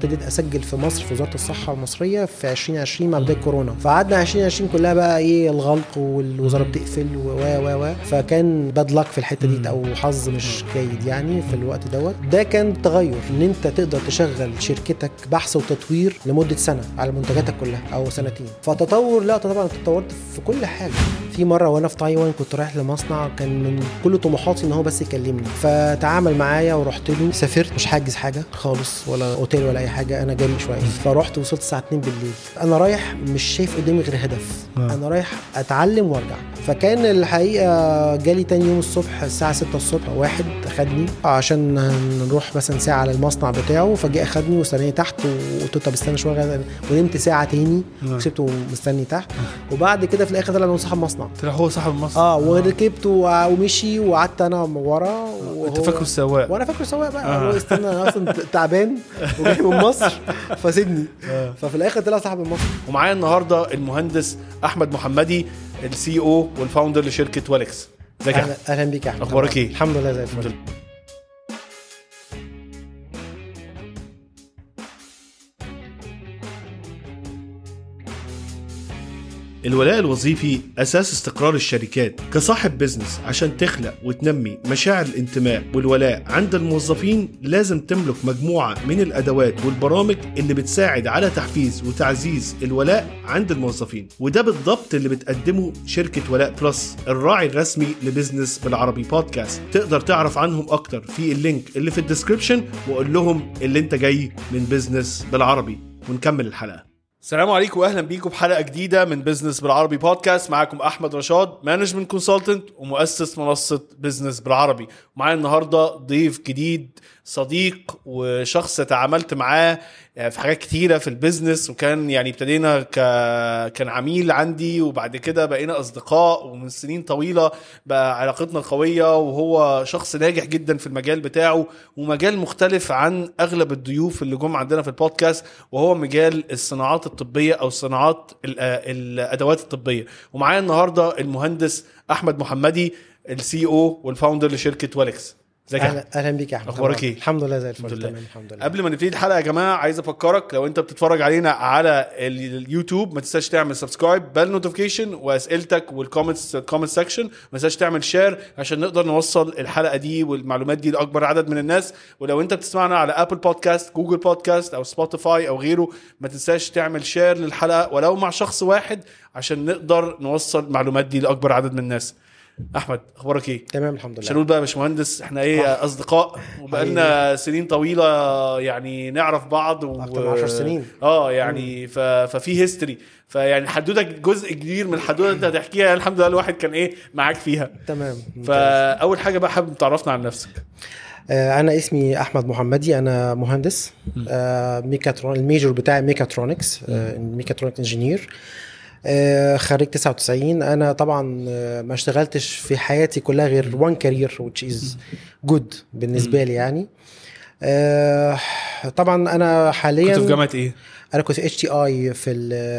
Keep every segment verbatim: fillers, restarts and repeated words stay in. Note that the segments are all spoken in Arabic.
ابتديت اسجل في مصر في وزاره الصحه المصريه في عشرين عشرين مع بدايه كورونا. فقعدنا عشرين عشرين كلها بقى ايه الغلق والوزاره بتقفل و و و فكان باد لك في الحته دي او حظ مش جيد يعني في الوقت دوت. ده كان تغير ان انت تقدر تشغل شركتك بحث وتطوير لمده سنه على منتجاتك كلها او سنتين. فتطور لا طبعا تطورت في كل حاجه. في مره وانا في تايوان كنت رايح لمصنع كان من كل طموحاتي ان هو بس يكلمني، فتعامل معايا ورحت له. سافرت مش حاجز حاجه خالص ولا اوتيل ولا اي حاجه، انا جري شويه. فرحت وصلت الساعه اتنين بالليل، انا رايح مش شايف قدامي غير هدف، انا رايح اتعلم وارجع. فكان الحقيقه جالي تاني يوم الصبح الساعه ستة الصبح واحد خدني عشان نروح مثلا ساعه على المصنع بتاعه، فجاء اخدني وستناني تحت وقلت له طب استنى شويه، ونمت ساعه تاني وسبته مستني تحت. وبعد كده في الاخر طلع انه صاحب مصنع، طلع هو صاحب المصنع. اه وركبت ومشي وقعدت انا ورا وانت فاكره السواق وانا فاكره السواق بقى. آه. هو استنى انا اصلا تعبان وجاي من مصر فسيبني. آه. ففي الاخر طلع صاحب المصنع. ومعايا النهارده المهندس احمد محمدي السي او والفاوندر لشركه ولكس. ازيك؟ اهلا, أهلا بيك يا احمد. اخبارك ايه؟ الحمد لله زي الفل. الولاء الوظيفي أساس استقرار الشركات. كصاحب بزنس عشان تخلق وتنمي مشاعر الانتماء والولاء عند الموظفين لازم تملك مجموعة من الأدوات والبرامج اللي بتساعد على تحفيز وتعزيز الولاء عند الموظفين، وده بالضبط اللي بتقدمه شركة ولاء بلس الراعي الرسمي لبزنس بالعربي بودكاست. تقدر تعرف عنهم أكتر في اللينك اللي في الديسكريبشن، وقول لهم اللي انت جاي من بزنس بالعربي. ونكمل الحلقة. السلام عليكم واهلا بيكم بحلقه جديده من بزنس بالعربي بودكاست. معاكم احمد رشاد، مانجمنت كونسلتنت ومؤسس منصه بزنس بالعربي. ومعايا النهارده ضيف جديد، صديق وشخص تعاملت معاه في حاجات كتيره في البيزنس، وكان يعني ابتدينا ك... كان عميل عندي، وبعد كده بقينا اصدقاء، ومن سنين طويله بقى علاقتنا قويه. وهو شخص ناجح جدا في المجال بتاعه، ومجال مختلف عن اغلب الضيوف اللي جم عندنا في البودكاست، وهو مجال الصناعات الطبيه او الصناعات الادوات الطبيه. ومعايا النهارده المهندس احمد محمدي السي او والفاوندر لشركه ولكس. اهلا اهلا بيك يا احمد. اخبارك ايه؟ الحمد لله زي الفل. تمام الحمد لله. قبل ما نبتدي الحلقه يا جماعه عايز افكرك، لو انت بتتفرج علينا على اليوتيوب ما تنساش تعمل سبسكرايب، بال نوتيفيكيشن، واسئلتك والكومنتس الكومنت سيكشن ما تنساش تعمل شير عشان نقدر نوصل الحلقه دي والمعلومات دي لاكبر عدد من الناس. ولو انت بتسمعنا على ابل بودكاست، جوجل بودكاست او سبوتيفاي او غيره، ما تنساش تعمل شير للحلقه ولو مع شخص واحد عشان نقدر نوصل المعلومات دي لاكبر عدد من الناس. احمد اخبارك ايه؟ تمام الحمد لله. شنو بقى يا باشمهندس، احنا ايه آه. اصدقاء وبقالنا سنين طويله يعني نعرف بعض و... اكتر عشر سنين اه يعني ف... ففي هيستوري، فيعني حدودك جزء كبير من الحدود انت هتحكيها الحمد لله الواحد كان ايه معاك فيها. تمام. فاول حاجه بقى حابب تعرفنا عن نفسك. انا اسمي احمد محمدي، انا مهندس ميكاترون، الميجور بتاعي ميكاترونكس، ميكاترونيك انجينير، خريج تسعة وتسعين. انا طبعا ما اشتغلتش في حياتي كلها غير وان كارير which is good بالنسبه لي يعني. طبعا انا حاليا كنت في جامعه ايه؟ انا كنت اتش تي اي في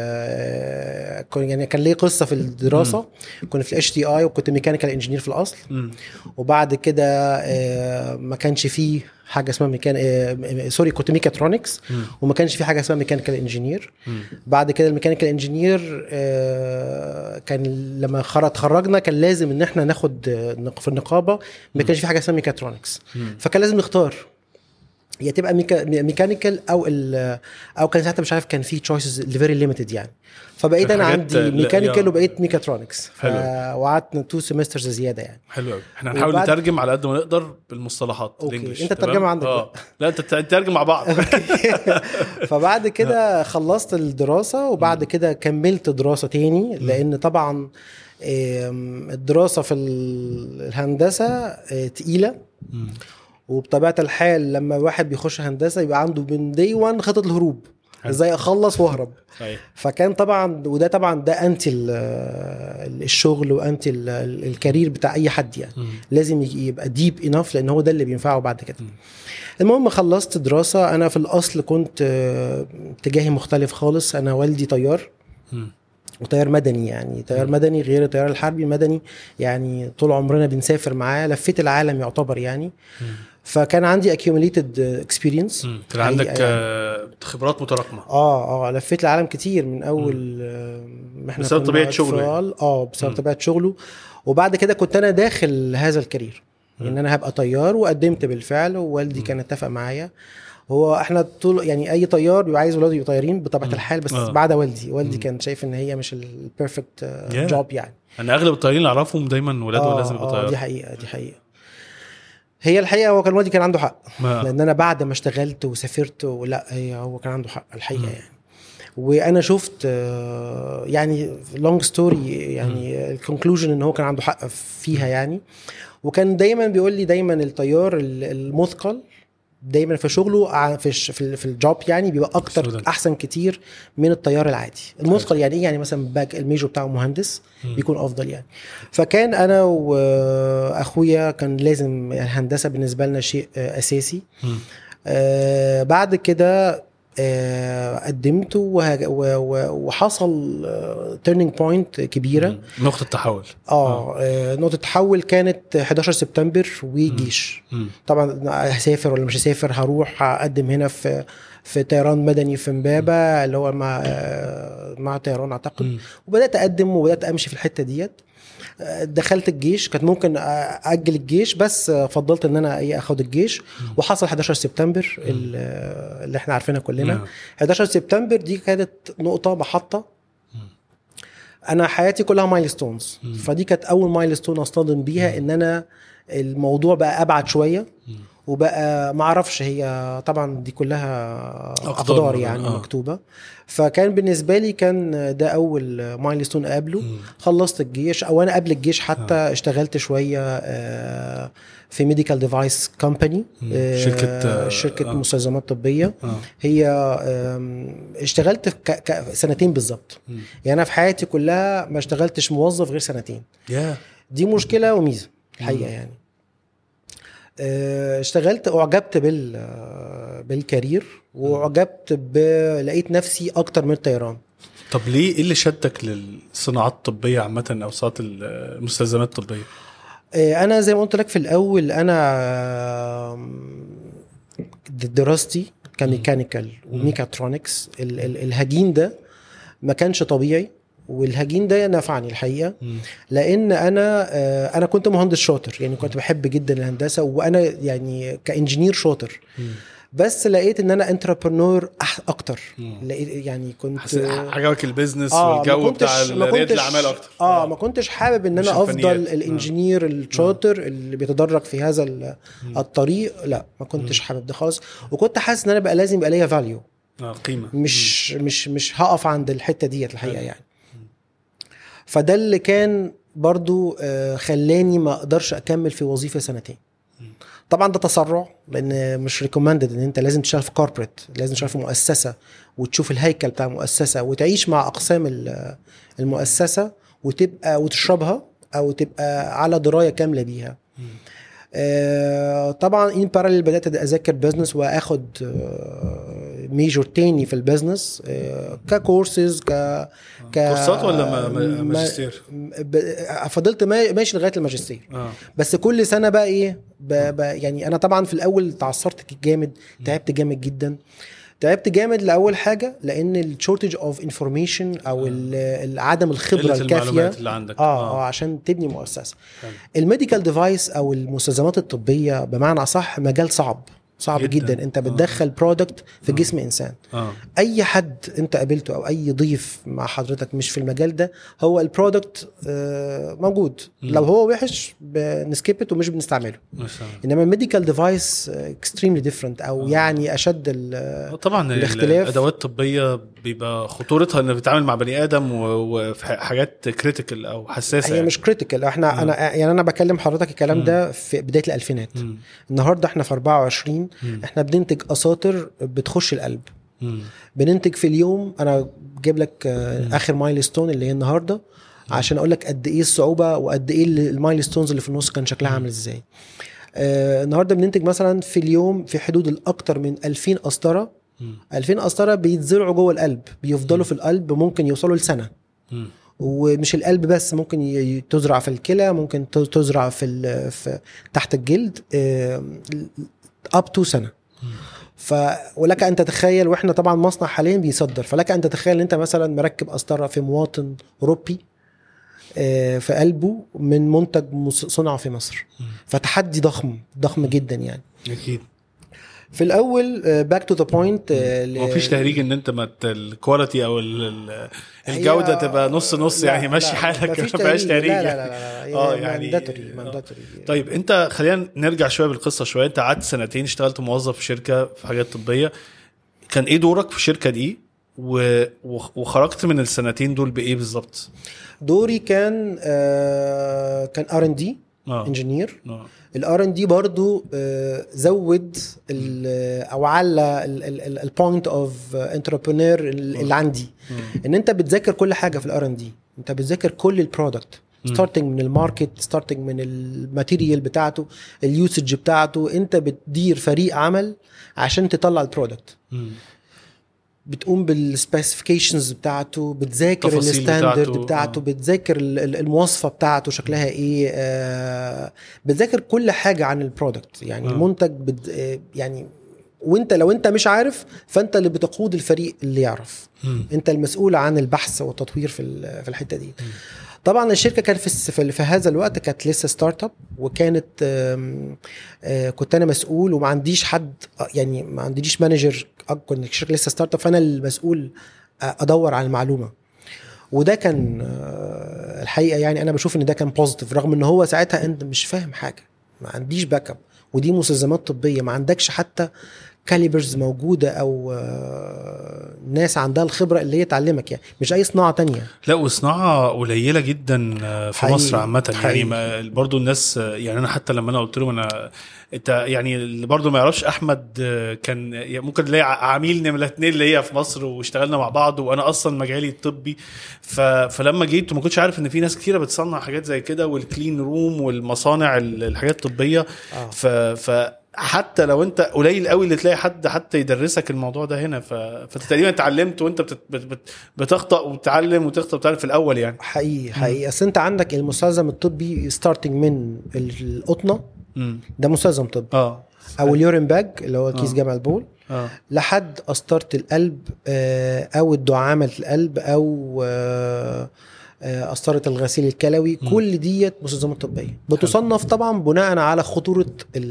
يعني كان لي قصه في الدراسه. كنت في الاتش تي اي وكنت ميكانيكال انجينير في الاصل. م. وبعد كده ما كانش فيه حاجه اسمها ميكان سوري كنت ميكاترونكس، وما كانش في حاجه اسمها ميكانيكال انجينير. بعد كده الميكانيكال انجينير كان لما خرجنا كان لازم ان احنا ناخد في النقابه، ما كانش في حاجه اسمها ميكاترونكس، فكان لازم نختار يا تبقى ميكا ميكانيكال او ال او كان ساعتها مش عارف كان في تشويسز فيري ليميتد يعني. فبقيت انا عندي ميكانيكال وبقيت ميكاترونكس، وقعدنا تو سيمسترز زياده يعني. حلو قوي. احنا هنحاول وبعد... نترجم على قد ما نقدر بالمصطلحات الانجليزي. انت ترجمه عندك اه لا انت تترجم مع بعض. فبعد كده خلصت الدراسه، وبعد كده كملت دراسه تاني، لان طبعا الدراسه في الهندسه تقيله، وبطبيعه الحال لما واحد بيخش هندسه يبقى عنده من دي وان خطط الهروب، ازاي اخلص واهرب. فكان طبعا وده طبعا ده انتي الشغل وانتي الكارير بتاع اي حد يعني. م. لازم يبقى ديب انف لان هو ده اللي بينفعه بعد كده. م. المهم خلصت دراسه. انا في الاصل كنت اتجاهي مختلف خالص. انا والدي طيار، م. وطيار مدني يعني طيار م. مدني غير الطيار الحربي. مدني يعني طول عمرنا بنسافر معاه، لفيت العالم يعتبر يعني. م. فكان عندي accumulated experience. كان عندك يعني خبرات متراكمه. اه اه لفيت العالم كتير من اول ما احنا بسبب طبيعه شغله يعني. اه بسبب طبيعه شغله. وبعد كده كنت انا داخل هذا الكارير ان انا هبقى طيار، وقدمت بالفعل، ووالدي كان اتفق معايا. هو احنا طول يعني اي طيار بيبقى عايز ولاده يبقوا طيارين بطبيعه الحال، بس آه. بعد والدي والدي كان شايف ان هي مش البيرفكت جوب يعني. انا اغلب الطيارين اللي اعرفهم دايما ولادهم آه لازم يبقوا طيار. دي حقيقه دي حقيقه هي الحقيقه. هو كان والدي كان عنده حق ما. لان انا بعد ما اشتغلت وسافرت ولا هي هو كان عنده حق الحقيقه م. يعني. وانا شفت يعني لونج ستوري يعني الكونكلوجن ان هو كان عنده حق فيها يعني. وكان دايما بيقول لي دايما الطيار المثقل دايما في شغله في في الجوب يعني بيبقى اكتر احسن كتير من الطيار العادي. المثقل يعني ايه؟ يعني مثلا باك الميجور بتاعه مهندس بيكون افضل يعني. فكان انا واخويا كان لازم الهندسه بالنسبه لنا شيء اساسي. آه بعد كده آه قدمت وحصل تيرنينج بوينت كبيره، نقطه تحول. اه, آه نقطه تحول كانت حداشر سبتمبر وجيش. مم. طبعا هسافر ولا مش هسافر؟ هروح اقدم هنا في في طيران مدني في امبابه اللي هو مع آه مع طيران اعتقد. مم. وبدات اقدم وبدات امشي في الحته ديت. دخلت الجيش، كانت ممكن اجل الجيش بس فضلت ان انا ايه اخد الجيش. وحصل حداشر سبتمبر اللي احنا عارفينها كلنا. حداشر سبتمبر دي كانت نقطه محطه. انا حياتي كلها مايلستونز، فدي كانت اول مايلستون اصطدم بيها ان انا الموضوع بقى ابعد شويه وبقى ما اعرفش. هي طبعا دي كلها اقدار يعني آه. مكتوبه. فكان بالنسبه لي كان ده اول مايلستون قابله. خلصت الجيش او انا قبل الجيش حتى آه. اشتغلت شويه في ميديكال ديفايس كومباني، شركه شركه آه. مستلزمات طبيه. آه. هي اشتغلت سنتين بالظبط يعني. انا في حياتي كلها ما اشتغلتش موظف غير سنتين. yeah. دي مشكله وميزه الحقيقه يعني. اشتغلت واعجبت بال بالكارير واعجبت ب... لقيت نفسي اكتر من الطيران. طب ليه ايه اللي شدك للصناعات الطبيه عامه او صناعه المستلزمات الطبيه؟ انا زي ما قلت لك في الاول انا دراستي كان ميكانيكال وميكاترونكس. الهجين ده ما كانش طبيعي، والهجين ده نفعني الحقيقه. م. لان انا انا كنت مهندس شاطر يعني، كنت بحب جدا الهندسه وانا يعني كانجينير شاطر. م. بس لقيت ان انا انتربرنور اكتر. لقيت يعني كنت عجبك البيزنس آه والجو بتاع رياده الاعمال اكتر. اه ما كنتش حابب ان انا افضل الانجينير آه. الشاطر آه. اللي بيتدرج في هذا الطريق. لا ما كنتش م. حابب ده خالص. وكنت حاسس ان انا بقى لازم يبقى ليا فاليو اه قيمه. مش م. مش مش هقف عند الحته ديت الحقيقه يعني. فده اللي كان برضو خلاني ما اقدرش اكمل في وظيفه سنتين. طبعا ده تسرع، لان مش ريكومندد ان انت لازم تشتغل في كوربريت، لازم تشتغل في مؤسسه وتشوف الهيكل بتاع المؤسسه وتعيش مع اقسام المؤسسه وتبقى وتشربها او تبقى على درايه كامله بيها. آه طبعا ان باراليل بدات اذاكر بزنس واخد آه ميجور تاني في البزنس آه ككورسز ك كورسات ولا ماجستير. فضلت ماشي لغايه الماجستير. آه. بس كل سنه بقى ايه ب ب يعني انا طبعا في الاول تعثرت جامد، تعبت جامد جدا. تعبت جامد لاول حاجه لان الشورتج اوف انفورميشن او آه. عدم الخبره الكافيه اللي عندك. آه, اه عشان تبني مؤسسه. الميديكال ديفايس او المستلزمات الطبيه بمعنى اصح مجال صعب صعب جدا, جداً. انت بتدخل برودكت في جسم انسان. آه. اي حد انت قابلته او اي ضيف مع حضرتك مش في المجال ده هو البرودكت آه موجود. م. لو هو وحش بنسكيبت ومش بنستعمله. انما الميديكال ديفايس اكستريملي ديفرنت او آه. يعني اشد طبعا الاختلاف. الادوات الطبيه بيبقى خطورتها انه بتتعامل مع بني ادم وفي حاجات كريتيكال او حساسه. هي يعني. مش كريتيكال. احنا آه. انا يعني انا بكلم حضرتك الكلام م. ده في بدايه الالفينات. م. النهارده احنا في أربعة وعشرين. مم. احنا بننتج اساطر بتخش القلب. مم. بننتج في اليوم. انا جايب لك مم. اخر مايلستون اللي هي النهارده مم. عشان اقول لك قد ايه الصعوبه وقد ايه المايلستونز اللي في النص كان شكلها عامل ازاي. آه النهارده بننتج مثلا في اليوم في حدود الاكتر من ألفين قسطره. ألفين قسطره بيتزرعوا جوه القلب، بيفضلوا مم. في القلب ممكن يوصلوا لسنه. مم. ومش القلب بس، ممكن تزرع في الكلى، ممكن تزرع في, في تحت الجلد up to سنة. ف ولك ان تتخيل، واحنا طبعا مصنع حاليا بيصدر، فلك ان تتخيل ان انت مثلا مركب قسطره في مواطن اوروبي في قلبه من منتج صنع في مصر. فتحدي ضخم ضخم جدا يعني. اكيد. في الاول باك تو ذا بوينت، مفيش تهريج ان انت ما الكواليتي او الجوده تبقى نص نص يعني ماشي حالك، ما فيهاش تهريج. لا لا لا, لا. اه يعني مانداتوري مانداتوري. طيب انت خلينا نرجع شويه بالقصه شويه. انت قعدت سنتين اشتغلت موظف في شركه في حاجات طبيه، كان ايه دورك في الشركه دي وخرجت من السنتين دول بايه بالظبط؟ دوري كان آه كان ار ان دي انجينير. الار ان دي برضو آه زود او على البوينت اوف انتربرينور اللي عندي، ان انت بتذاكر كل حاجه في الار ان دي. انت بتذاكر كل البرودكت ستارتنج من الماركت، ستارتنج من الماتيريال بتاعته، اليوسج بتاعته. انت بتدير فريق عمل عشان تطلع البرودكت، بتقوم بالسبيسيفيكيشنز بتاعته، بتذاكر الستاندرد بتاعته, بتاعته. بتذاكر المواصفه بتاعته شكلها ايه، آه بتذاكر كل حاجه عن البرودكت يعني. م. المنتج بد يعني، وانت لو انت مش عارف فانت اللي بتقود الفريق اللي يعرف. م. انت المسؤول عن البحث والتطوير في في الحته دي. م. طبعا الشركه كانت في في هذا الوقت كانت لسه ستارت اب، وكانت آم آم كنت انا مسؤول وما عنديش حد يعني، ما عنديش مانجر. كنت الشركه لسه ستارت اب، فانا المسؤول ادور على المعلومه. وده كان الحقيقه يعني انا بشوف ان ده كان بوزيتيف، رغم ان هو ساعتها انت مش فاهم حاجه، ما عنديش باك اب، ودي مستلزمات طبيه، ما عندكش حتى كاليبرز موجودة أو ناس عندها الخبرة اللي هي تعلمك يعني، مش أي صناعة تانية. لا، وصناعة قليلة جدا في مصر عامة يعني. برضو الناس يعني، أنا حتى لما أنا قلت لهم أنا انت يعني اللي برضو ما يعرفش احمد، كان ممكن نلاقي عميل نمرة اتنين اللي هي في مصر واشتغلنا مع بعض، وانا اصلا مجالي الطبي. فلما جيت ما كنتش عارف ان في ناس كتيره بتصنع حاجات زي كده، والكلين روم والمصانع الحاجات الطبيه. آه. ف, ف حتى لو انت قليل قوي اللي تلاقي حد حتى يدرسك الموضوع ده هنا. فتقريبا اتعلمت وانت بت... بت... بتخطأ وتتعلم وتخطأ وتتعلم في الاول يعني. حقيقي حقيقي. اصل انت عندك المستلزم الطبي ستارتنج من القطنه، ده مستلزم طبي، اه او اليورين باج اللي هو كيس آه. جمع البول، آه. لحد قسطره القلب آه او الدعامه القلب او آه قسطره الغسيل الكلوي. م. كل ديت مستلزمات طبيه بتصنف طبعا بناء على خطوره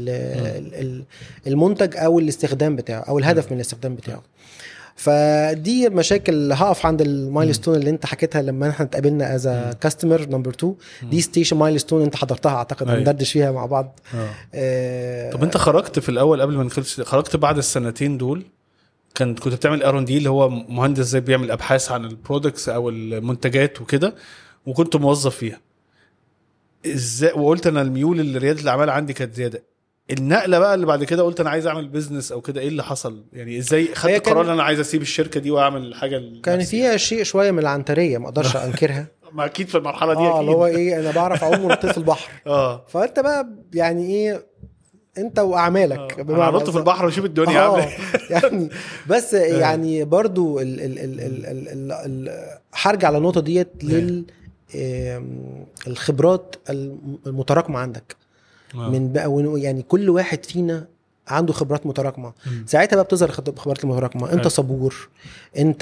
المنتج او الاستخدام بتاعه او الهدف م. من الاستخدام بتاعه. فدي مشاكل هقف عند المايلستون اللي انت حكيتها لما احنا اتقابلنا از كاستمر نمبر اتنين. دي ستيشن مايلستون انت حضرتها اعتقد، هندردش فيها مع بعض. آه. آه. طب انت خرجت في الاول قبل ما نخلص، خرجت بعد السنتين دول كنت كنت بتعمل ار ان دي اللي هو مهندس زي بيعمل ابحاث عن البرودكتس او المنتجات وكده، وكنت موظف فيها ازاي؟ وقلت انا الميول اللي رياده الاعمال عندي كانت زياده. النقله بقى اللي بعد كده قلت انا عايز اعمل بيزنس او كده، ايه اللي حصل يعني؟ ازاي خدت قرار انا عايز اسيب الشركه دي واعمل حاجه لنفسي؟ كان فيها شيء شويه من العنتريه ما اقدرش انكرها. ما اكيد في المرحله دي اه اكيد اللي هو ايه، انا بعرف اعوم ونط في البحر. اه فانت بقى يعني ايه انت واعمالك، انا نط في البحر وشوف الدنيا عامله يعني. بس يعني برضو ال ال ال ال ال ال هرجع على النقطه ديت لل الخبرات المتراكمه عندك. آه. من بقى يعني كل واحد فينا عنده خبرات متراكمه، ساعتها بقى بتظهر خبرات المتراكمه. انت صبور، انت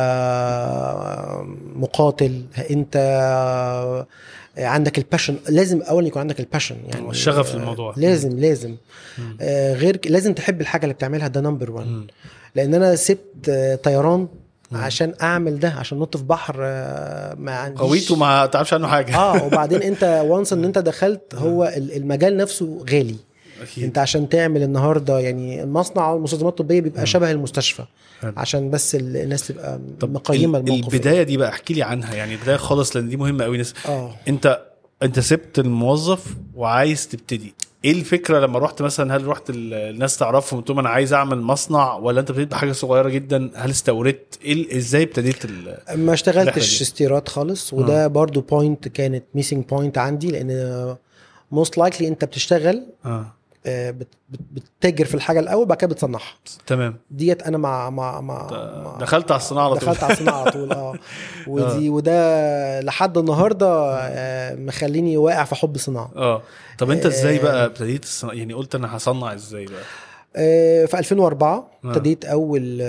مقاتل، انت عندك الباشن. لازم اولا يكون عندك الباشن يعني الشغف للموضوع. لازم مم. لازم آه غير لازم تحب الحاجه اللي بتعملها، ده نمبر واحد. لان انا سبت آه طيران مم. عشان اعمل ده، عشان نط في بحر آه ما عنديش قويته ما تعرفش عنه حاجه. اه وبعدين انت وانس ان انت دخلت، هو المجال نفسه غالي. أكيد. انت عشان تعمل النهارده يعني المصنع والمستلزمات الطبيه بيبقى مم. شبه المستشفى، عشان بس الناس تبقى مقيمه الموقف. البدايه دي بقى احكي لي عنها يعني، البدايه خالص لان دي مهمه قوي. اه انت انت سبت الموظف وعايز تبتدي، ايه الفكره لما رحت مثلا؟ هل رحت الناس تعرفهم قلت لهم انا عايز اعمل مصنع، ولا انت ابتديت بحاجه صغيره جدا؟ هل استوردت؟ ايه ازاي ابتديت؟ ما اشتغلتش استيراد خالص، وده آه. برضو بوينت كانت ميسنج بوينت عندي، لان موست لايكلي انت بتشتغل اه بت بتتاجر في الحاجه الاول بعد كده بتصنعها. تمام. ديت انا مع مع مع دخلت على الصناعه على طول. دخلت على الصناعه على طول اه ودي وده لحد النهارده آه مخليني واقع في حب الصناعه. اه طب انت ازاي بقى ابتديت الصناعه يعني؟ قلت انا هصنع ازاي بقى؟ في ألفين وأربعة ابتديت اول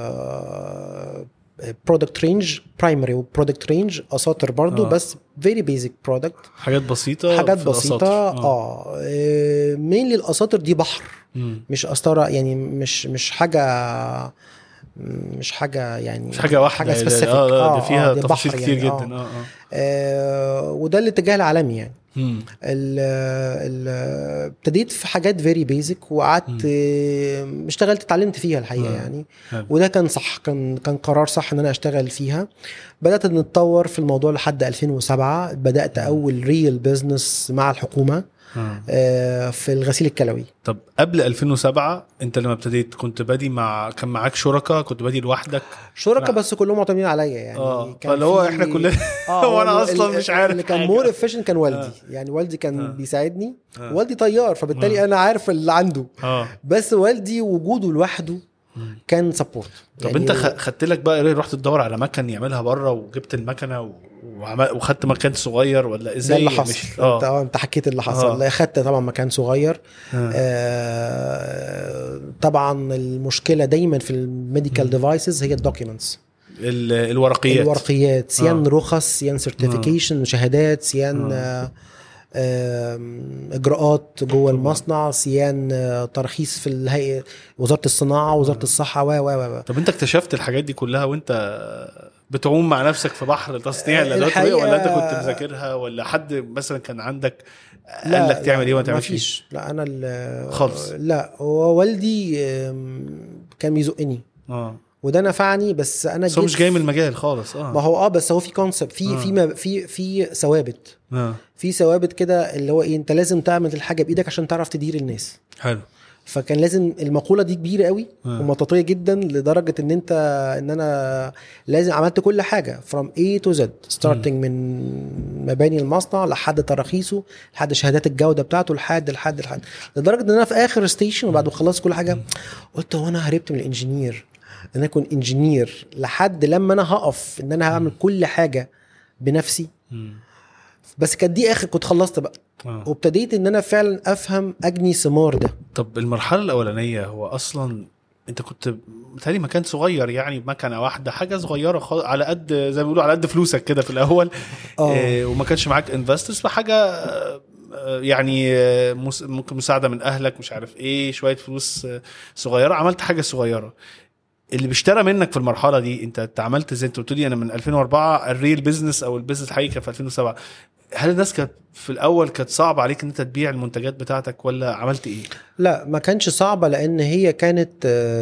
برودكت رينج برايمري وبرودكت رينج اساطر برضو آه. بس فيري بيزك برودكت حاجات بسيطه حاجات بسيطه اه, آه. مين الاساطر دي بحر مم. مش اسطره يعني مش مش حاجه مش حاجه يعني مش حاجه واحده حاجه سبيسيفيك اه, آه فيها آه تفاصيل كتير يعني. جدا اه, آه. آه وده الاتجاه العالمي يعني ابتديت في حاجات فيري بيزك وقعدت اشتغلت اتعلمت فيها الحقيقه يعني هل. وده كان صح كان كان قرار صح ان انا اشتغل فيها. بدات نتطور في الموضوع لحد ألفين وسبعة بدات اول ريل بيزنس مع الحكومه آه في الغسيل الكلوي. طب قبل ألفين وسبعة انت لما ابتديت كنت بادي مع كان معاك شركاء كنت بادي لوحدك شركاء بس كلهم معتمدين عليا يعني اه فاللي هو احنا كلنا آه وانا اصلا مش عارف اللي كان مور افيشنت كان والدي آه. يعني والدي كان آه. بيساعدني آه. والدي طيار فبالتالي آه. انا عارف اللي عنده آه. بس والدي وجوده لوحده كان سبورت. طب يعني انت خدت لك بقى رحت تدور على مكان يعملها بره وجبت المكنه وخدت مكان صغير ولا ازاي اللي حصل مش... اه انت انت حكيت اللي حصل آه. خدت طبعا مكان صغير آه. آه طبعا المشكله دايما في الميديكال ديفايسز هي الدوكيومنتس الورقيات الورقيات سيان آه. رخص سيان سيرتيفيكيشن آه. شهادات سيان آه. اجراءات جوه المصنع سيان ترخيص في الهيئه وزاره الصناعه وزاره الصحه و و طب انت اكتشفت الحاجات دي كلها وانت بتعوم مع نفسك في بحر تصنيع الادوات ولا انت كنت مذاكرها ولا حد مثلا كان عندك قال لك تعمل ايه وما تعملش؟ لا انا خالص لا هو والدي كان بيزقني اه وده نفعني بس انا جيت مش جاي من المجال خالص اه ما هو اه بس هو في كونسبت في آه. في في في ثوابت آه. في ثوابت كده اللي هو ايه انت لازم تعمل الحاجه بايدك عشان تعرف تدير الناس. حلو. فكان لازم المقوله دي كبيره قوي آه. ومطاطيه جدا لدرجه ان انت ان انا لازم عملت كل حاجه from A to Z starting م. من مباني المصنع لحد تراخيصه لحد شهادات الجوده بتاعته لحد لحد لحد لدرجه ان انا في اخر ستيشن وبعد ما خلصت كل حاجه قلت هو انا هربت من الانجينير ان انا اكون انجينير لحد لما انا هقف ان انا هعمل كل حاجه بنفسي. بس كانت دي اخر كنت خلصت بقى آه. وابتديت ان انا فعلا افهم اجني ثمار ده. طب المرحله الاولانيه هو اصلا انت كنت مثالي مكان صغير يعني بمكنه واحده حاجه صغيره خالص على قد زي ما بيقولوا على قد فلوسك كده في الاول آه وما كانش معاك انفسترز فحاجه يعني ممكن مساعده من اهلك مش عارف ايه شويه فلوس صغيره عملت حاجه صغيره. اللي بيشترى منك في المرحله دي انت عملت زي انت قلت لي انا من ألفين وأربعة الريل بيزنس او البيزنس الحقيقي في ألفين وسبعة. هل الناس كانت في الاول كانت صعب عليك ان انت تبيع المنتجات بتاعتك ولا عملت ايه؟ لا ما كانش صعبه لان هي كانت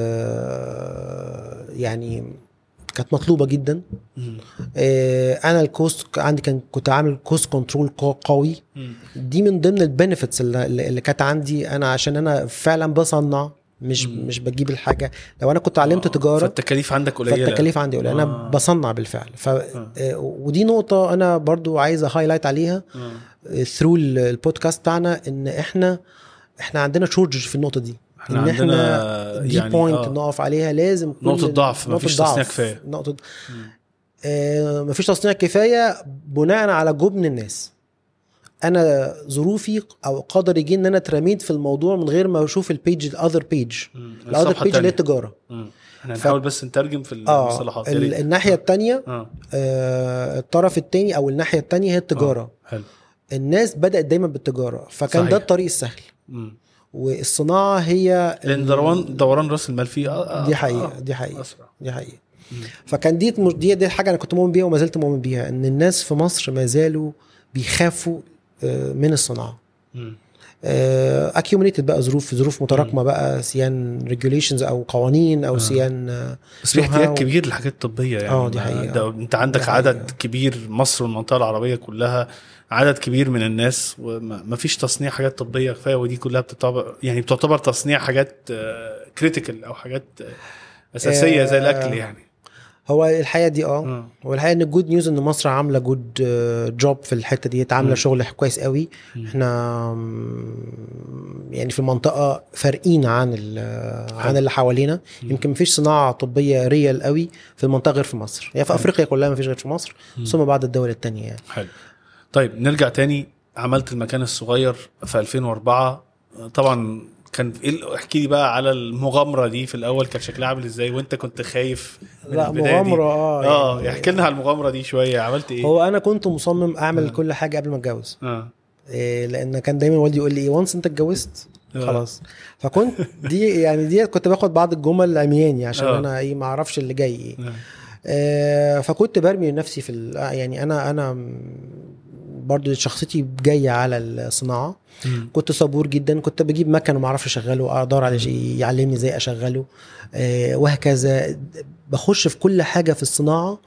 يعني كانت مطلوبه جدا. انا الكوست عندي كان كنت عامل كوست كنترول قوي. دي من ضمن البنفيتس اللي, اللي كانت عندي انا عشان انا فعلا بصنع مش مم. مش بجيب الحاجه. لو انا كنت علمت آه. تجاره فالتكاليف عندك قليله فالتكاليف عندي قليله آه. انا بصنع بالفعل ف آه. ودي نقطه انا برضو عايزه هايلايت عليها ثرو البودكاست بتاعنا ان احنا احنا عندنا شورج في النقطه دي احنا ان احنا دي يعني بوينت آه. نقف عليها لازم نقطه ضعف مفيش تصنيع كفايه نقطه آه مفيش تصنيع كفايه بناء على جبن الناس. انا ظروفي او قدر يجي ان انا اترميت في الموضوع من غير ما اشوف البيج الاذر بيج الاذر بيج اللي هي التجاره. احنا هنحاول ف... بس نترجم في المصطلحات. آه الناحيه الثانيه آه. آه الطرف الثاني او الناحيه الثانيه هي التجاره. آه. حلو. الناس بدات دايما بالتجاره فكان صحيح. ده الطريق السهل. مم. والصناعه هي لان دوران دوران راس المال فيه آه. دي حقيقه دي حقيقه أسرع. دي حقيقه مم. فكان دي دي دي حاجه انا كنت مؤمن بيها وما زلت مؤمن بيها ان الناس في مصر ما زالوا بيخافوا من الصناعه. اكيوميليتد بقى ظروف ظروف متراكمه بقى سيان ريجوليشنز او قوانين او سيان بس في احتياج كبير للحاجات الطبيه يعني اه دي حقيقه. انت عندك عدد كبير مصر والمنطقه العربيه كلها عدد كبير من الناس وما فيش تصنيع حاجات طبيه كفايه ودي كلها بتعتبر يعني بتعتبر تصنيع حاجات كريتيكال او حاجات اساسيه زي الاكل يعني. هو الحقيقه دي اه هو الحقيقه ان الجود نيوز ان مصر عامله جود جوب في الحته دي عامله شغل كويس قوي. م. احنا يعني في المنطقه فارقين عن عن اللي حوالينا. يمكن مفيش صناعه طبيه ريال قوي في المنطقه غير في مصر يعني في افريقيا كلها مفيش غير في مصر ثم بعض الدول التانية يعني. حلو. طيب نرجع تاني عملت المكان الصغير في ألفين وأربعة طبعا كان ايه؟ احكي لي بقى على المغامره دي في الاول، كان شكلها عامل ازاي وانت كنت خايف من لا البدايه مغامره دي؟ اه اه يعني احكي لنا على المغامره دي شويه، عملت ايه؟ هو انا كنت مصمم اعمل آه. كل حاجه قبل ما اتجوز. اه إيه لان كان دايما والدي يقول لي ايه وانس انت اتجوزت آه. خلاص. فكنت دي يعني دي كنت باخد بعض الجمل عمياني عشان آه. انا ايه ما اعرفش اللي جاي ايه. آه. آه فكنت برمي نفسي في ال- يعني انا انا برضو شخصيتي جايه على الصناعه. مم. كنت صبور جدا، كنت بجيب مكن وما اعرفش اشغله، ادور على شيء يعلمني ازاي اشغله آه وهكذا. بخش في كل حاجه في الصناعه